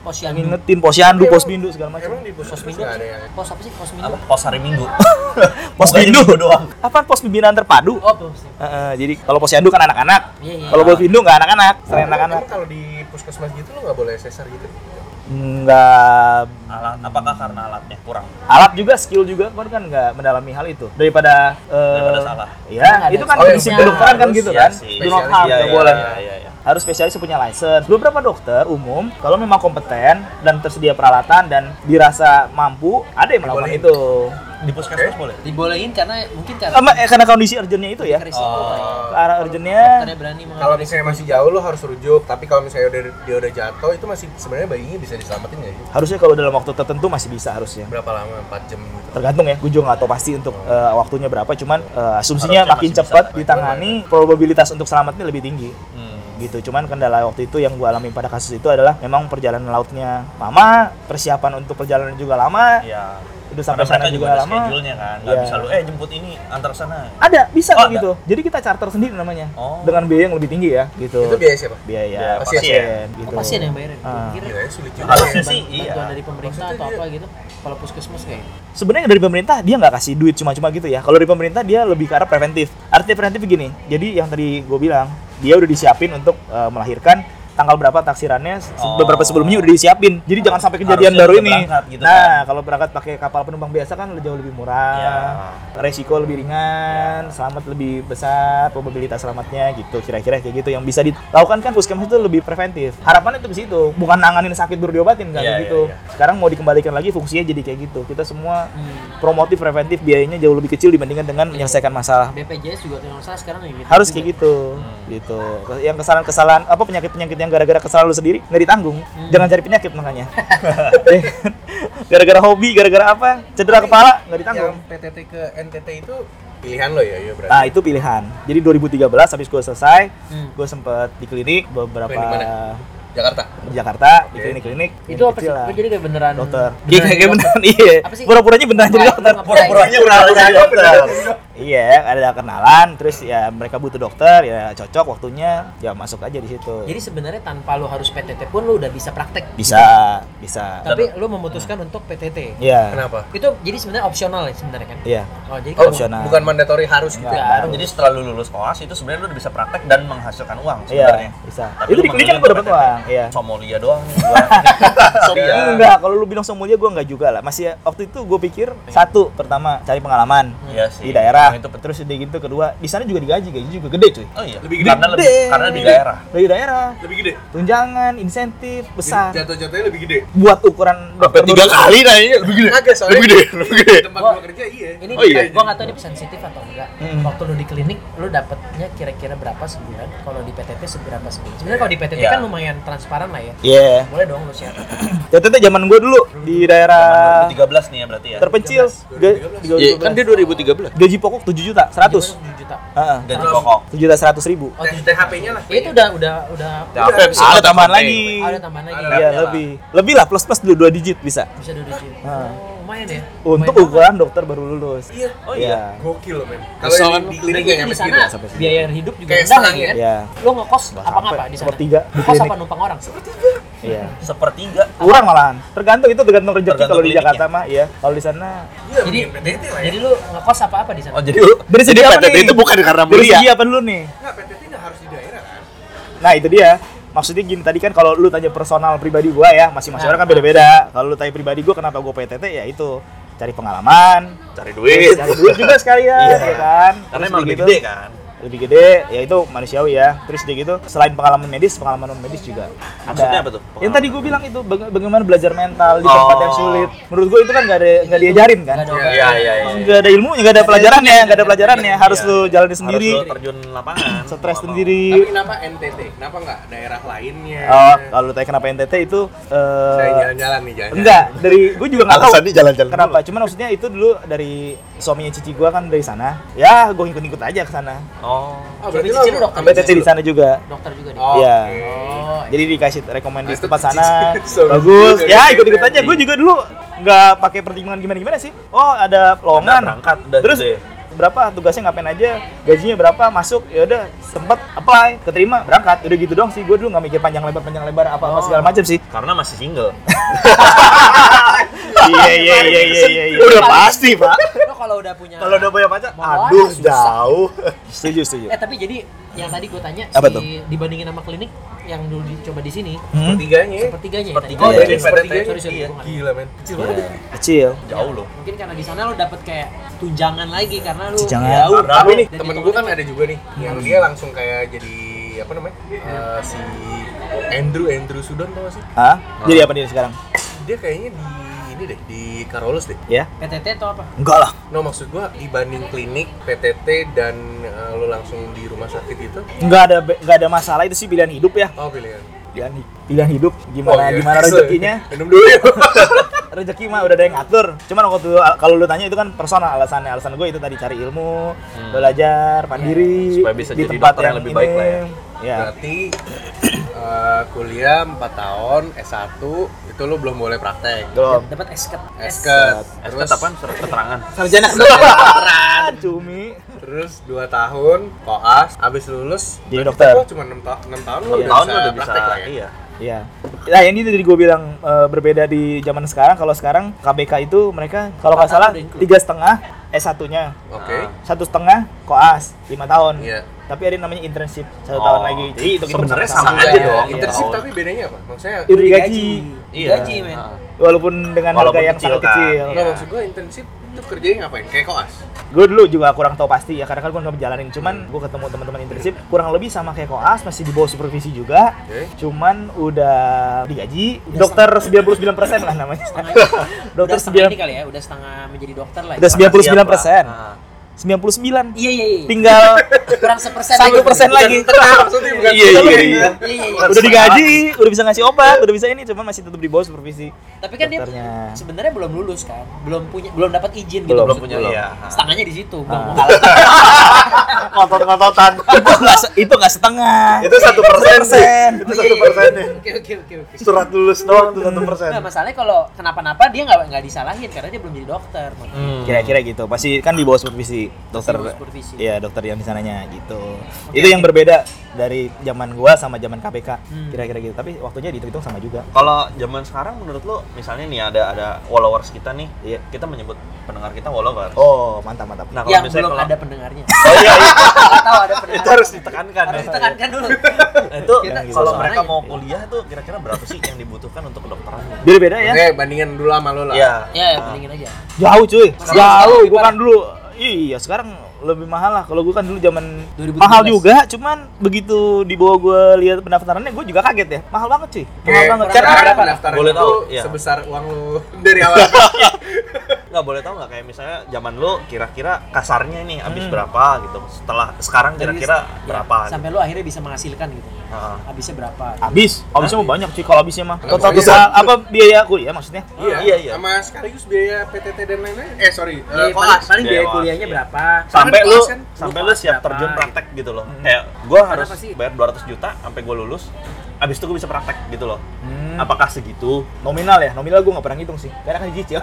posyandu. ngingetin posyandu, posbindu segala macam. Emang di puskesmas Posmindu nggak apa ada sih? yang Pos apa sih? Posmindu? Apa? Pos hari Minggu. Posbindu Bukannya doang. Apa pos pembinaan terpadu? Oh, pos. Heeh, jadi kalau posyandu kan anak-anak. Iya, iya. Kalau posbindu nggak anak-anak, selain Emang- anak-anak. Emang kalau di puskesmas gitu lo nggak boleh sesar gitu? Nggak Alat, apakah karena alatnya kurang? alat juga, skill juga kan kan nggak mendalami hal itu daripada eh, Daripada salah. Iya, Karena ada itu kan Oh, prinsip iya, kedokteran kan harus, gitu iya kan. sih. Do not Spesialis, harm, Iya, nggak iya, boleh. iya, iya, iya. Harus spesialis punya license. Beberapa dokter umum kalau memang kompeten dan tersedia peralatan dan dirasa mampu, ada yang melakukan Dibolehin. itu. Di puskesmas Oke. boleh? Dibolehin karena mungkin karena Sama eh, karena kondisi urgentnya itu ya. risiko Oh. Pak. Ke arah urgentnya. Dokternya berani mengambil Kalau risiko. misalnya masih jauh lo harus rujuk, tapi kalau misalnya udah dia udah jatuh itu masih sebenarnya bayinya bisa diselamatin nggak sih? Harusnya kalau dalam waktu tertentu masih bisa harusnya. Berapa lama? empat jam gitu. Tergantung ya, gue juga nggak tahu pasti untuk eh, waktunya berapa. Cuman eh, asumsinya Harusnya makin masih bisa. cepat ditangani, probabilitas untuk selamatnya lebih tinggi. Hmm. Gitu. Cuman kendala waktu itu yang gue alami pada kasus itu adalah memang perjalanan lautnya lama, persiapan untuk perjalanan juga lama. Iya. Udah sampai Karena sana mereka juga ada lama. schedule-nya kan. Nggak Iya. bisa lu eh jemput ini antar sana. Ada, bisa Oh, kayak ada? gitu. Jadi kita charter sendiri namanya. Oh. Dengan biaya yang lebih tinggi ya, gitu. Itu biaya siapa? biaya Biaya pasien, pasien. gitu. Oh, pasien yang bayarin. Ah. Kira Gila ya, sulit juga. Harusnya bantuan sih iya. dari pemerintah Maksudnya atau dia- apa gitu. Kalau puskesmas kayak Sebenarnya dari pemerintah dia nggak kasih duit cuma-cuma gitu ya. Kalau dari pemerintah dia lebih ke arah preventif. Artinya preventif begini. Jadi yang tadi gue bilang, dia udah disiapin untuk eh, melahirkan tanggal berapa taksirannya se- Oh. beberapa sebelumnya udah disiapin. Jadi jangan sampai kejadian Harusnya baru udah ini. berangkat gitu nah, kan. kalau berangkat pakai kapal penumpang biasa kan jauh lebih murah. Ya. Resiko lebih ringan, selamat lebih besar, probabilitas selamatnya gitu. Kira-kira kayak gitu yang bisa dilakukan kan puskesmas itu lebih preventif. Harapannya itu ke situ, bukan nanganin sakit baru diobatin kan Iya, kayak gitu. iya, iya. Sekarang mau dikembalikan lagi fungsinya jadi kayak gitu. Kita semua hmm, promotif preventif biayanya jauh lebih kecil dibandingkan dengan menyelesaikan masalah. B P J S juga kalau nggak salah sekarang kayak gitu. Harus juga. kayak gitu, gitu. Yang kesalahan-kesalahan apa penyakit-penyakit yang gara-gara kesalahan lu sendiri nggak ditanggung. Jangan cari penyakit makanya. Gara-gara hobi, gara-gara apa? Cedera kepala nggak ditanggung. Yang P T T ke N T T itu pilihan lo ya, ya berarti. Nah itu pilihan. Jadi dua ribu tiga belas habis gue selesai, Hmm. gue sempet di klinik beberapa Klinik mana? Jakarta. di Jakarta di Oke. klinik-klinik. Itu apa sih? Oh, jadi kayak beneran dokter. beneran Iya kayak dokter. beneran iya. Apa sih? Pura-puranya beneran jadi Wah, dokter. itu Pura-puranya udah harus jadi dokter. Iya, ada kenalan, terus ya mereka butuh dokter, ya cocok waktunya, ya masuk aja di situ. Jadi sebenarnya tanpa lu harus P T T pun lu udah bisa praktek. Bisa, bisa. Tapi lu memutuskan untuk P T T. Iya. Kenapa? Itu jadi sebenarnya opsional ya sebenarnya kan? Iya. Oh, jadi Oh, kalau opsional. bukan mandatory harus gitu. Enggak. Nggak. Kan jadi setelah lu lulus koas itu sebenarnya lu udah bisa praktek dan menghasilkan uang Iya, sebenarnya. bisa. Tapi Itu lu di klinik kan memilih gue untuk dapat P T T. uang, iya. Somalia doang nih gua. Somalia. Enggak, kalau lu bilang somulia gue enggak juga lah. Masih waktu itu gue pikir satu pertama cari pengalaman Iya sih. di daerah. Yang itu Terus udah gitu kedua di sana juga digaji, gaji juga gede cuy. Oh iya. Lebih gede. Karena lebih Gede. karena di daerah. Dari daerah, Lebih gede. tunjangan, insentif besar. Jatuh-jatuhnya lebih gede. Buat ukuran dokter tiga baru- kali nanya lebih gede. Agak soalnya Lebih gede, lebih gede. di tempat Gua- gua kerja iya. ini Oh iya. gua nggak tahu ini sensitif atau enggak. Mm. Waktu lu di klinik lu dapatnya kira-kira berapa sebulan? Kalau di P T T seberapa sebulan? Sebenarnya kalau di P T T Iya. kan lumayan transparan lah ya. Iya. Boleh dong lu share. Ya teteh zaman gue dulu di daerah dua ribu tiga belas nih ya berarti ya. terpencil. Ga- tiga Iya, belas. kan dia dua ribu tiga belas. Gaji pokok tujuh juta seratus. tujuh juta. Heeh. Gaji pokok. tujuh juta seratus ribu. Oh, tujuh T H P-nya lah. Ya, itu udah udah udah T H P bisa Ada tetap tambahan penting. lagi. ada tambahan lagi. Ada. Iya, lebih. Lebih lah plus plus dulu dua digit bisa. Bisa dua digit. Ah. Oh, lumayan ya. Untuk Lumayan ukuran dokter baru lulus. Iya. Oh iya. Gokil loh, men. Kalau Kalau yang di, di Udah klinik gitu yang di sampai sana sampai segitu. biaya hidup juga Kayak rendah lagi setengah kan? Iya. Lo ngekos Nggak apa sampai, apa di sana? sepertiga di Ngekos klinik. apa numpang orang? Iya. Sepertiga. Kurang malahan. Tergantung itu tergantung rezeki Tergantung kalau di kliniknya. Jakarta mah, iya. Kalau di sana Iya, Jadi mending P T T lah ya. jadi lu ngekos apa apa di sana? Oh jadi lu dari segi jadi apa P T T nih? itu bukan karena dari mulia. segi apa dulu nih? Enggak, P T T nggak harus di daerah kan? Nah, itu dia. Maksudnya gini, tadi kan kalau lu tanya personal pribadi gua ya, masing-masing Nah, orang kan beda-beda. Kalau lu tanya pribadi gua kenapa gua P T T ya itu cari pengalaman, Cari terus duit. cari duit juga sekalian, Iya. ya kan? Karena Terus emang udah lebih gitu, gede kan. lebih gede, ya itu manusiawi ya. Terus dia gitu, selain pengalaman medis, pengalaman non medis juga Maksudnya ada. apa tuh? Yang tadi gue bilang itu baga- bagaimana belajar mental di Oh. tempat yang sulit. Menurut gue itu kan nggak ada nggak diajarin kan? Nggak ada obat. Iya iya iya. Nggak ada ilmunya, nggak ada pelajarannya, nggak ada pelajarannya. Harus Iya. lu jalani sendiri, Harus lu terjun lapangan. stres Mau nggak sendiri. Tapi kenapa N T T? Kenapa nggak daerah lainnya? Oh, kalau lu tanya kenapa N T T itu eh, Saya jalan-jalan nih, jalan. enggak, dari gue juga nggak tahu Alasannya jalan-jalan kenapa. Cuman maksudnya itu dulu dari suaminya cici gue kan dari sana. Ya, gue ngikut-ngikut aja ke sana. mau. Oh. Oh, Tapi berarti cici lo lu dokter. P T T di sana juga. Dokter juga di. Oh, Iya. oke. Oh, Jadi dikasih rekomendasi Itu tempat cici. sana. So, Bagus. good. Ya, ikut-ikut aja. Gue juga dulu nggak pakai pertimbangan gimana-gimana sih. Oh, ada Udah lowongan. berangkat udah Terus gede. berapa, tugasnya ngapain aja, gajinya berapa, masuk, ya udah sempet apply, keterima, berangkat. Udah gitu doang sih. Gue dulu nggak mikir panjang lebar panjang lebar apa-apa Oh. segala macam sih. Karena masih single. Iya iya iya iya iya. iya. Udah pasti, Pak. Lo kalau udah punya Kalau udah punya pacar, Mau aduh susah. jauh. Setuju setuju. Eh tapi jadi yang tadi gue tanya Apa si tuh? dibandingin sama klinik yang dulu dicoba di sini Hmm? Sepertiganya. sepertiganya ya Sepertiga tadi? Oh, ya, jadi iya. sepertiganya. Sorry, sorry, Iya. gua nggak- Gila, men. Kecil banget. Iya. Kecil. Jauh loh. Mungkin karena di sana lo dapet kayak tunjangan lagi karena lu Tunjangan. jauh. Tapi nih, Dan temen itu gue kan ada juga nih, yang dia langsung kayak jadi apa namanya? Eh, si Andrew Andrew Sudon tau gak sih? Hah? Jadi apa dia sekarang? Dia kayaknya di ini deh, di Carolus deh. Ya? P T T atau apa? Enggak lah. No, maksud gua dibanding klinik, P T T dan eh, lo langsung di rumah sakit itu, Enggak ada enggak ada masalah, itu sih pilihan hidup ya. oh pilihan. Pilihan, pilihan hidup gimana Oh, iya. gimana rezekinya. Minum dulu ya. Rezeki mah udah ada yang ngatur. Cuman waktu itu kalau lu tanya itu kan personal alasannya. Alasan gue itu tadi cari ilmu, belajar, mandiri Supaya bisa di jadi tempat dokter yang lebih ini. baik lah ya. Ya. Berarti eh, kuliah empat tahun, S satu itu lo belum boleh praktek. Belum. Dapat esket. Esket. S K Terus apaan? Surat keterangan. Sarjana kedokteran. Cumi. terus dua tahun koas, abis lulus Jadi berarti dokter. kok cuma enam tahun lo enam udah tahun bisa lu udah bisa. praktek lah ya. Iya. Iya. Nah ini tadi gue bilang eh, berbeda di zaman sekarang. Kalau sekarang K B K itu mereka kalau nggak Empat salah tahun udah include. tiga setengah S satunya, Oke. satu setengah koas lima tahun. Iya. Tapi ada yang namanya internship satu Oh. tahun lagi. Jadi itu Sebenarnya sama sama juga. aja dong. Iya. Internship Iya. tapi bedanya apa? Maksudnya Udah digaji. Iya. Gaji, men. Nah. Walaupun dengan Walaupun harga yang kecil sangat kan. kecil. nggak, maksud gua internship itu kerjanya ngapain? Kayak koas. Gue dulu juga kurang tahu pasti ya karena kan gue nggak berjalanin. Cuman gue ketemu teman-teman internship kurang lebih sama kayak koas, masih di bawah supervisi juga. Oke. Cuman udah digaji. Udah Dokter sembilan puluh sembilan persen lah namanya. Udah Dokter setengah sembilan ini kali ya, udah setengah menjadi dokter lah. Udah ya. sembilan puluh sembilan persen. Nah. sembilan puluh sembilan. Iya iya iya. Tinggal Kurang sepersen. satu dulu. persen lagi. Maksudnya bukan Iya, iya, iya. Iya iya iya. Udah digaji, udah bisa ngasih obat, udah bisa ini, cuman masih tetap di bawah supervisi. Tapi kan dia dokternya. sebenarnya belum lulus kan, belum punya, belum dapat izin gitu. Belum, maksud punya, gua. iya. Setengahnya di situ, gua Ah. mau kalah. Ngotot-ngototan. itu nggak se- itu nggak setengah. Itu satu persen sih. persen. Itu satu persennya. Oke oke oke oke. Surat lulus doang tuh satu persen. Nah, masalahnya kalau kenapa-napa dia nggak nggak disalahin karena dia belum jadi dokter. Hmm. Kira-kira gitu. Pasti kan di bawah supervisi dokter. Di bawah supervisi. Iya, dokter yang di sananya gitu. Oke, Itu yang oke. berbeda dari zaman gua sama zaman K P K. Hmm. Kira-kira gitu. Tapi waktunya dihitung sama juga. Kalau zaman sekarang menurut lo, misalnya nih ada ada followers kita nih, Iya. kita menyebut pendengar kita followers. Oh, mantap mantap. Nah, kalau Yang misalnya belum kalau ada pendengarnya. oh iya, iya. Nggak tahu ada pendengar. itu harus ditekankan Harus ya. ditekankan dulu. Nah, itu Kita kalau suasananya. mereka mau kuliah tuh kira-kira berapa sih yang dibutuhkan untuk kedokteran? Beda-beda ya. Oke, bandingin dulu sama lo lah. Iya. Ya, ya bandingin aja. Jauh cuy. Masih Jauh. lebih Gua parah. kan dulu iya, sekarang lebih mahal lah. Kalau gua kan dulu zaman dua ribu tujuh belas. mahal juga, cuman begitu di bawah gua lihat pendaftarannya gua juga kaget ya. Mahal banget cuy. Mahal Oke, banget. kurang Karena berapa? karena pendaftaran Boleh itu tahu, iya. sebesar uang lo dari awal. Nggak boleh tahu nggak kayak misalnya zaman lo kira-kira kasarnya nih habis Hmm. berapa gitu. Setelah sekarang kira-kira Dari- berapa? ya, sampai lu akhirnya bisa menghasilkan gitu. Heeh. Habisnya berapa? habis. Habisnya mah banyak cuy kalau habisnya mah. Nggak Total banyak. total apa biaya kuliah maksudnya? Iya, iya, iya. Sama sekaligus biaya P T T dan lain-lain. Eh, sorry. Ya, eh, paling, koas. paling biaya Biaya kuliahnya koas, berapa? Sampai Kan lu koas kan, sampai lu lu koas siap berapa, terjun gitu. praktek gitu loh. Kayak gua harus Kenapa sih? bayar dua ratus juta sampai gua lulus. Abis itu gua bisa praktek gitu loh. Hmm. Apakah segitu? Nominal ya, nominal gue gak pernah ngitung sih, karena kan dicicil.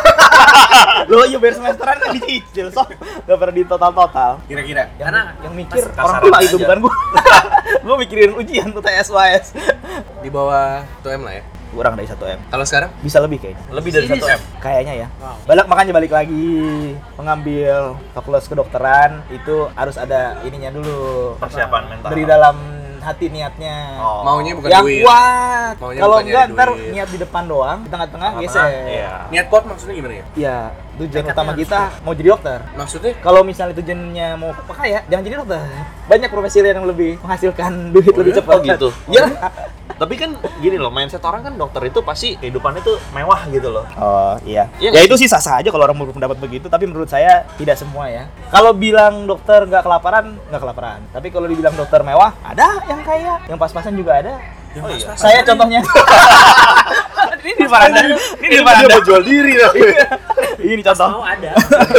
Lo iya bayar semesteran kan dicicil, so gak pernah di total-total. Kira-kira. Yang, Karena yang mikir pas orang kasaran tua itu aja. bukan gue. Gue mikirin ujian tuh T S U A S. Di bawah satu M lah ya. Kurang dari satu M, Kalau sekarang? bisa lebih kayaknya. Lebih dari Serius satu ya? M. Kayaknya ya. Wow. Balik makanya balik lagi mengambil fakultas kedokteran itu harus ada ininya dulu. Persiapan mental. Dari dalam hati niatnya. Oh. Maunya bukan yang duit. kuat. Maunya Kalau bukan enggak nyari ntar duit. niat di depan doang, di tengah-tengah Tengah-tengah, geser. Iya. Niat kuat maksudnya gimana ya? Iya, tujuan Tekadnya utama harus kita mau jadi dokter. Maksudnya Kalau misalnya tujuannya mau kaya, jangan jadi dokter. Banyak profesi lain yang lebih menghasilkan duit lebih iya? cepat. Oh, gitu. Iya. Tapi kan gini loh, mindset orang kan dokter itu pasti kehidupannya tuh mewah gitu loh. Oh iya. Iya Ya nggak itu sih sah-sah aja kalau orang berpendapat begitu, tapi menurut saya tidak semua ya. Kalau bilang dokter nggak kelaparan, nggak kelaparan. Tapi kalau dibilang dokter mewah, ada yang kaya, yang pas-pasan juga ada. Oh iya. Saya contohnya. ini di depan Anda. Ini di depan Dia Anda. mau jual diri lah. Ini contoh. Mau ada.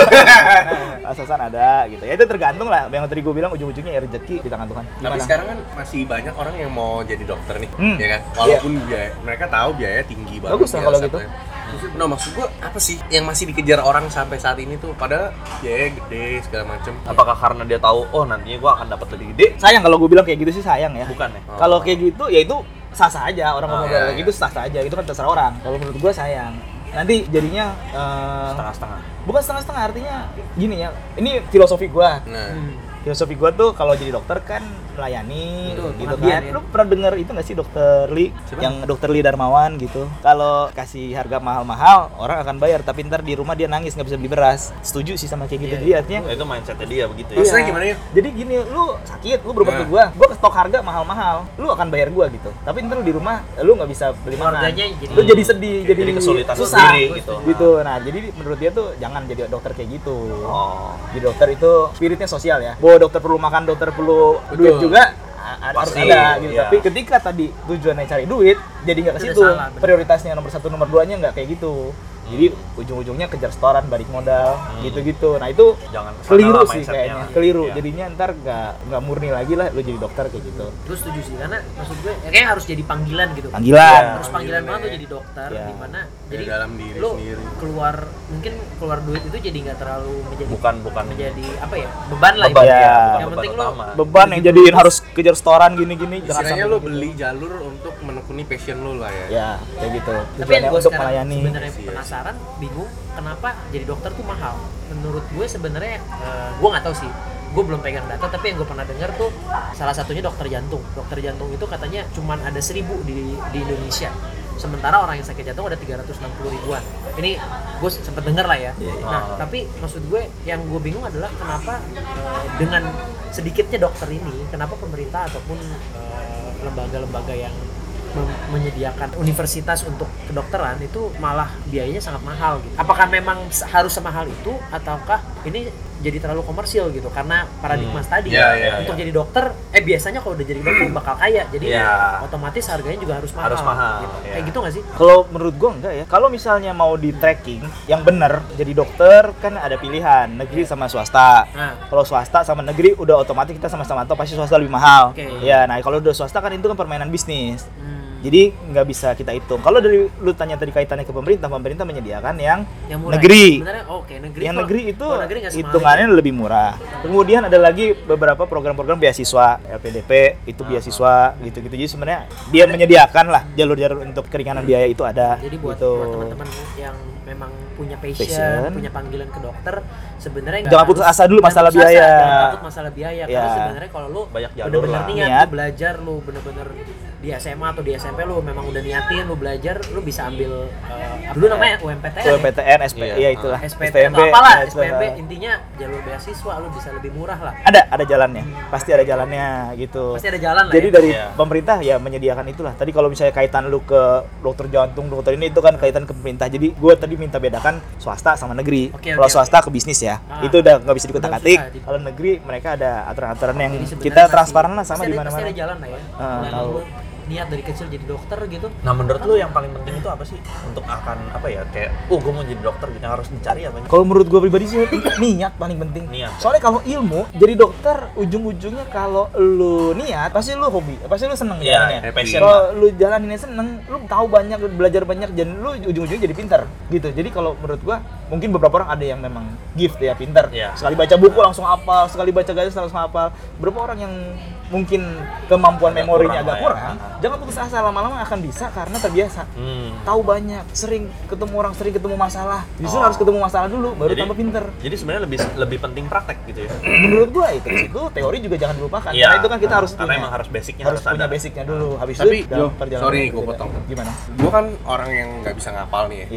Asasan ada gitu. Ya itu tergantung lah. Yang tadi gue bilang ujung-ujungnya ya rezeki di tangan Tuhan. Tapi Gimana? sekarang kan masih banyak orang yang mau jadi dokter nih, Hmm. ya kan? Walaupun biaya, mereka tahu biaya tinggi banget. Bagus lah biaya kalau satu gitu. ya. Nah maksud gua apa sih yang masih dikejar orang sampai saat ini tuh? Padahal biaya gede segala macem. Apakah karena dia tahu oh nantinya gua akan dapat lebih gede? Sayang kalau gue bilang kayak gitu sih sayang ya. Bukan ya? Oh. Kalau kayak gitu ya itu sah-sah aja orang Oh, ngomong iya, kayak iya. gitu sah-sah aja. Itu kan terserah orang. Kalau menurut gue sayang. Nanti jadinya eh, Setengah-setengah. bukan setengah-setengah artinya gini ya. Ini filosofi gue. Nah, Filosofi gue tuh kalau jadi dokter kan melayani Betul, gitu pengabdian kan. ya. Lu pernah denger itu nggak sih dokter Lee? Siapa? Yang dokter Lee Darmawan gitu. Kalau kasih harga mahal-mahal orang akan bayar, tapi ntar di rumah dia nangis nggak bisa beli beras. Setuju sih sama kayak gitu. Iya, Jadi artinya Nah, itu mindsetnya dia begitu ya. Maksudnya gimana ya? Jadi gini, lu sakit, lu berobat ke Nah. gua, gua stok harga mahal-mahal, lu akan bayar gua gitu. Tapi ntar lu di rumah, lu nggak bisa beli makan. Keluarganya jadi- Lu jadi sedih, jadi, Jadi kesulitan susah sendiri gitu. gitu. Nah, jadi menurut dia tuh jangan jadi dokter kayak gitu. Oh. Jadi dokter itu spiritnya sosial ya. Bahwa dokter perlu makan, dokter perlu Betul. duit juga a- harus Pasti, ada gitu. iya. Tapi ketika tadi tujuannya cari duit, jadi nggak ke Itu udah situ. salah, bener. Prioritasnya nomor satu, nomor duanya nggak kayak gitu. Jadi ujung-ujungnya kejar setoran, balik modal, gitu-gitu. Nah itu Jangan kesana keliru lah sih mindsetnya. kayaknya, keliru. Iya. Jadinya ntar nggak nggak murni lagi lah, lu jadi dokter kayak gitu. Terus setuju sih karena maksud gue ya, kayak harus jadi panggilan gitu. Panggilan. Iya. Harus panggilan Panggilan banget ya. tuh jadi dokter Iya. dimana Dari jadi dalam diri lu sendiri. keluar mungkin keluar duit itu jadi nggak terlalu menjadi Bukan bukan menjadi apa ya beban lah beban Iya. ya, bukan Yang beban penting lu- utama. Beban yang jadiin harus kejar setoran gini-gini. jangan Istilahnya sampai lo gitu. beli jalur untuk menekuni passion lo lah ya. Ya kayak gitu. Tapi yang Tujuannya gue untuk sekarang melayani. sebenarnya Iya. penasaran, bingung kenapa jadi dokter tuh mahal. Menurut gue sebenarnya, eh, gue nggak tahu sih, gue belum pegang data, tapi yang gue pernah dengar tuh salah satunya dokter jantung. Dokter jantung itu katanya cuman ada seribu di di Indonesia. Sementara orang yang sakit jantung ada tiga ratus enam puluh ribuan. Ini gue sempet denger lah ya. Iya, iya. Nah, tapi maksud gue yang gue bingung adalah kenapa eh, dengan sedikitnya dokter ini, kenapa pemerintah ataupun eh, lembaga-lembaga yang mem- menyediakan universitas untuk kedokteran itu malah biayanya sangat mahal gitu. Apakah memang se- harus semahal itu ataukah ini jadi terlalu komersil gitu karena paradigma Hmm. tadi Iya, iya, untuk iya. jadi dokter eh biasanya kalau udah jadi dokter bakal kaya jadi Iya. otomatis harganya juga harus mahal. Harus mahal, gitu. iya. Kayak gitu nggak sih? Kalau menurut gua enggak ya. Kalau misalnya mau di tracking yang bener jadi dokter kan ada pilihan negeri sama swasta. Nah, Kalau swasta sama negeri udah otomatis kita sama-sama tahu pasti swasta lebih mahal. Oke. Ya, nah kalau udah swasta kan itu kan permainan bisnis. hmm, Jadi nggak bisa kita hitung. Kalau dari lu tanya tadi kaitannya ke pemerintah, pemerintah menyediakan yang yang murah. negeri. Sebenarnya oh, oke negeri. Yang kok- negeri itu kalau negeri nggak semahal hitungannya lebih murah. Kemudian ada lagi beberapa program-program beasiswa, L P D P itu beasiswa gitu-gitu. Jadi sebenarnya dia menyediakan lah jalur-jalur untuk keringanan biaya itu ada. Jadi buat, gitu. buat teman-teman yang memang punya passion, Passion. punya panggilan ke dokter, sebenarnya Jangan nggak putus harus- asa dulu jangan masalah putus asa, biaya. Jangan takut masalah biaya karena Ya. sebenarnya kalau lu Banyak jalur bener-bener lah. niat, Niat. lu belajar, lu bener-bener di S M A atau di S M P lu memang udah niatin, lu belajar, lu bisa ambil eh, dulu namanya U M P T N. U M P T N, S P, Iya. ya itulah. S P T atau apalah, S P M B intinya jalur beasiswa lu bisa lebih murah lah. Ada, ada jalannya. Pasti ada jalannya gitu. Pasti ada jalan lah Jadi ya. dari Iya. pemerintah ya menyediakan itulah. Tadi kalau misalnya kaitan lu ke dokter jantung, dokter ini itu kan kaitan ke pemerintah. Jadi gue tadi minta bedakan swasta sama negeri. Oke, Kalau oke, swasta ke bisnis ya. Ah. Itu udah nggak bisa dikutak-atik. Nggak bisa. Kalau negeri mereka ada aturan-aturan yang Jadi sebenarnya kita masih- transparan lah sama pasti di ada- Pasti mana-mana. ada jalan lah ya. Ah, Kalau tahu. lu niat dari kecil jadi dokter gitu. Nah menurut lu yang paling penting itu apa sih untuk akan apa ya kayak oh gue mau jadi dokter gitu yang harus dicari apa? Kalau menurut gue pribadi sih niat paling penting. Niat. Soalnya kalau ilmu jadi dokter ujung-ujungnya kalau lu niat pasti lu hobi, pasti lu seneng Iya, jalaninnya. ya, passion Kalau lah. lu jalaninnya seneng, lu tahu banyak, lu belajar banyak dan lu ujung-ujungnya jadi pintar gitu. Jadi kalau menurut gua mungkin beberapa orang ada yang memang gift ya pintar. Iya. Sekali baca buku langsung hafal, sekali baca garis langsung hafal. Beberapa orang yang mungkin kemampuan Agak memorinya kurang agak lah ya. kurang, jangan putus asa, lama-lama akan bisa karena terbiasa. Hmm. Tahu banyak, sering ketemu orang, sering ketemu masalah. Justru Oh. harus ketemu masalah dulu baru Jadi- tambah pinter. Jadi sebenarnya lebih lebih penting praktek gitu ya. Menurut gua itu itu teori juga jangan dilupakan. Iya. Karena itu kan kita harus Karena punya. emang harus basicnya harus harus punya ada. basicnya dulu. Habis Tapi, itu dalam Jo, perjalanan sorry, itu gua beda. potong. Gimana? Gue kan orang yang nggak bisa ngapal nih ya. Iya.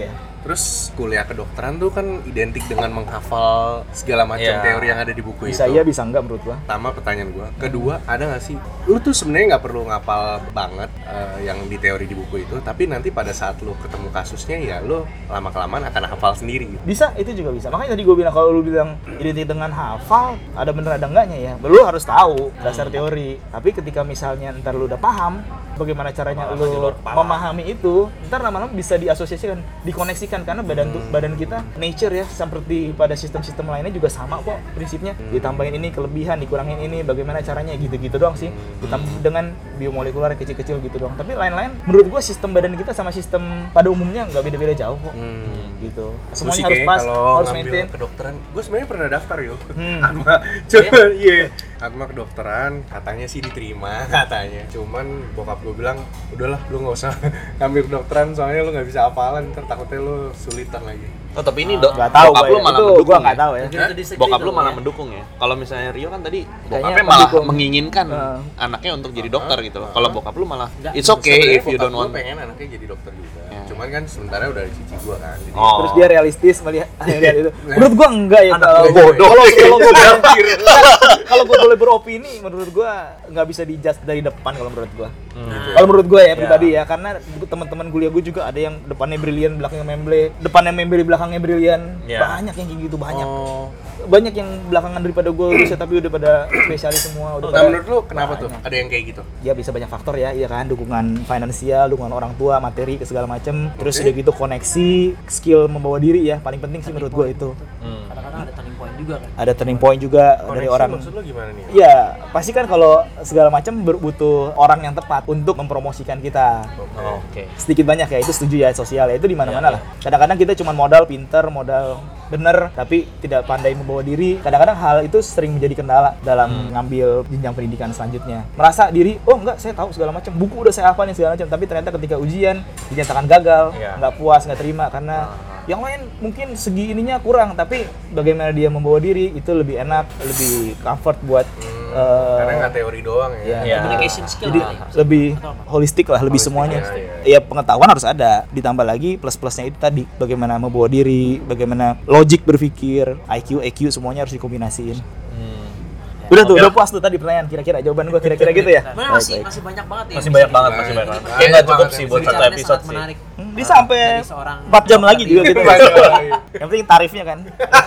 Terus kuliah kedokteran tuh kan identik dengan menghafal segala macam Iya. teori yang ada di buku Bisa itu. iya bisa enggak menurut gua. Pertama pertanyaan gua. Kedua, ada nggak sih lu tuh sebenarnya nggak perlu ngapal banget eh, yang di teori di buku itu, tapi nanti pada saat lu ketemu kasusnya ya lu lama kelamaan akan hafal sendiri. Bisa, itu juga bisa. Makanya tadi gue bilang kalau lu bilang identik dengan hafal, ada bener ada enggaknya ya. Lu harus tahu dasar teori. Tapi ketika misalnya ntar lu udah paham bagaimana caranya Malah lu di luar kepala. memahami itu, ntar lama-lama bisa diasosiasikan, dikoneksikan karena badan tu- badan kita nature ya seperti pada sistem-sistem lainnya juga sama kok prinsipnya. Ditambahin ini kelebihan, dikurangin ini, bagaimana caranya gitu-gitu doang sih. Ditambah dengan biomolekular yang kecil-kecil gitu doang. Tapi lain-lain menurut gua sistem badan kita sama sistem pada umumnya nggak beda-beda jauh kok. Hmm. Gitu. Semuanya Semuanya harus pas, kalau harus ngambil maintain. kedokteran, gue sebenarnya pernah daftar yo. Hmm. Atma, cuma iya, Atma kedokteran katanya sih diterima katanya. Cuman bokap gue bilang, udahlah lu nggak usah ngambil kedokteran soalnya lu nggak bisa hafalan, ntar takutnya lu sulitan lagi. Oh, tapi ini dok, Nggak tahu bokap gua lu ya. malah Itu mendukung. gua nggak tahu ya. Mungkin itu disagree Bokap tuh, lu malah ya. mendukung ya. Kalau misalnya Rio kan tadi Kayaknya bokapnya malah mendukung. menginginkan Heeh. anaknya untuk jadi dokter gitu loh. Kalau bokap lu malah Nggak, it's okay Sebenarnya if you bokap don't gua want. pengen anaknya jadi dokter juga. Ya. Cuman kan sementara udah ada cici gua kan. Jadi Oh. Terus dia realistis melihat melihat itu. Menurut gua enggak ya. Anak Kalau gua bodoh. Kalau kalau gua Anjir. kalau gua boleh beropini, menurut gua nggak bisa dijudge dari depan kalau menurut gua. Hmm. Kalau menurut gue ya pribadi ya, karena teman-teman kuliah gue juga ada yang depannya brilian, belakangnya memble, depannya memble, belakangnya brilian. Ya. Banyak yang kayak gitu, banyak. Oh. Banyak yang belakangan daripada gue lulus tapi udah pada spesialis semua, udah Nah, pada- menurut lu kenapa tuh? banyak. Ada yang kayak gitu? Ya bisa banyak faktor ya, iya kan, dukungan finansial, dukungan orang tua, materi, ke segala macem. Terus Oke. udah gitu koneksi, skill membawa diri ya, paling penting sih menurut gue itu. Hmm. Kadang-kadang ada turning point juga kan. Ada turning point juga dari Koneksi orang. maksud lu gimana nih? Iya, pasti kan kalau segala macam ber- butuh orang yang tepat untuk mempromosikan kita. Oh, Oke. Sedikit banyak ya, itu setuju ya, sosial ya, itu di mana-mana Iya, lah. Kadang-kadang kita cuma modal pinter, modal bener, tapi tidak pandai membawa diri. Kadang-kadang hal itu sering menjadi kendala dalam Hmm. ngambil jenjang pendidikan selanjutnya. Merasa diri, oh enggak, saya tahu segala macam, buku udah saya hafal nih segala macam, tapi ternyata ketika ujian dinyatakan gagal, Iya. nggak puas, nggak terima karena Ah. yang lain mungkin segi ininya kurang, tapi bagaimana dia membawa diri itu lebih enak, lebih comfort buat Hmm, eh, karena nggak teori doang ya. Iya. Iya. Communication skill jadi kali. lebih Atau apa? holistik lah, lebih Holistik, semuanya. ya, Ya pengetahuan harus ada, ditambah lagi plus-plusnya itu tadi, bagaimana membawa diri, bagaimana logik berpikir, I Q, E Q semuanya harus dikombinasiin. Hmm. Udah tuh, Oke udah lah. puas tuh tadi pertanyaan kira-kira jawaban gua kira-kira gitu ya. Mana Baik, masih baik. masih banyak banget ya. Masih banyak banget, masih Banyak. banyak banget. Banyak Kayak nggak cukup banget sih yang buat satu Bicaranya episode sangat sih. menarik. Hmm, Bisa sampai Dari seorang empat jam dokter lagi di- juga gitu. Banyak. Yang penting tarifnya kan.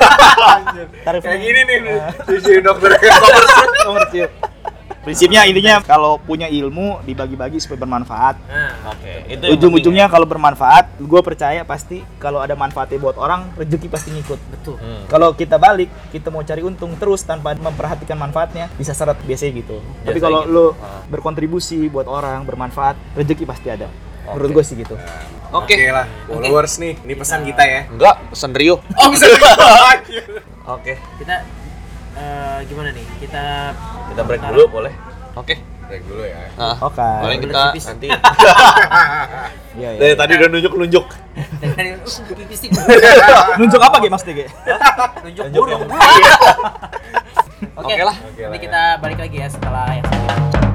Tarifnya. Kayak gini nih, sisi dokter Komersil. Prinsipnya intinya kalau punya ilmu dibagi-bagi supaya bermanfaat. Nah, Oke. Itu yang Ujung-ujungnya kalau bermanfaat, gue percaya pasti kalau ada manfaatnya buat orang, rezeki pasti ngikut. betul. penting. Hmm. Kalau kita balik, kita mau cari untung terus tanpa memperhatikan manfaatnya, bisa seret biasanya gitu. Tapi Biasanya kalau gitu. lo Ah. berkontribusi buat orang, bermanfaat, rezeki pasti ada. Menurut Oke. gue sih gitu. Oke. Oke lah, followers nih, ini pesan kita ya. Enggak, pesan Rio. Oh bisa. Oke. Kita eh, gimana nih? Kita Kita break dulu boleh? Oke. Break dulu ya. Nah, Oke. paling kita Tipis. nanti Iya, iya. dari tadi udah nunjuk-nunjuk. dari uh, pipis nih. Nunjuk apa Ge, Mas Dege? Nunjuk Nunjuk burung. yang- Oke Oke lah. Oke Nanti lah ya. kita balik lagi ya setelah yang satu.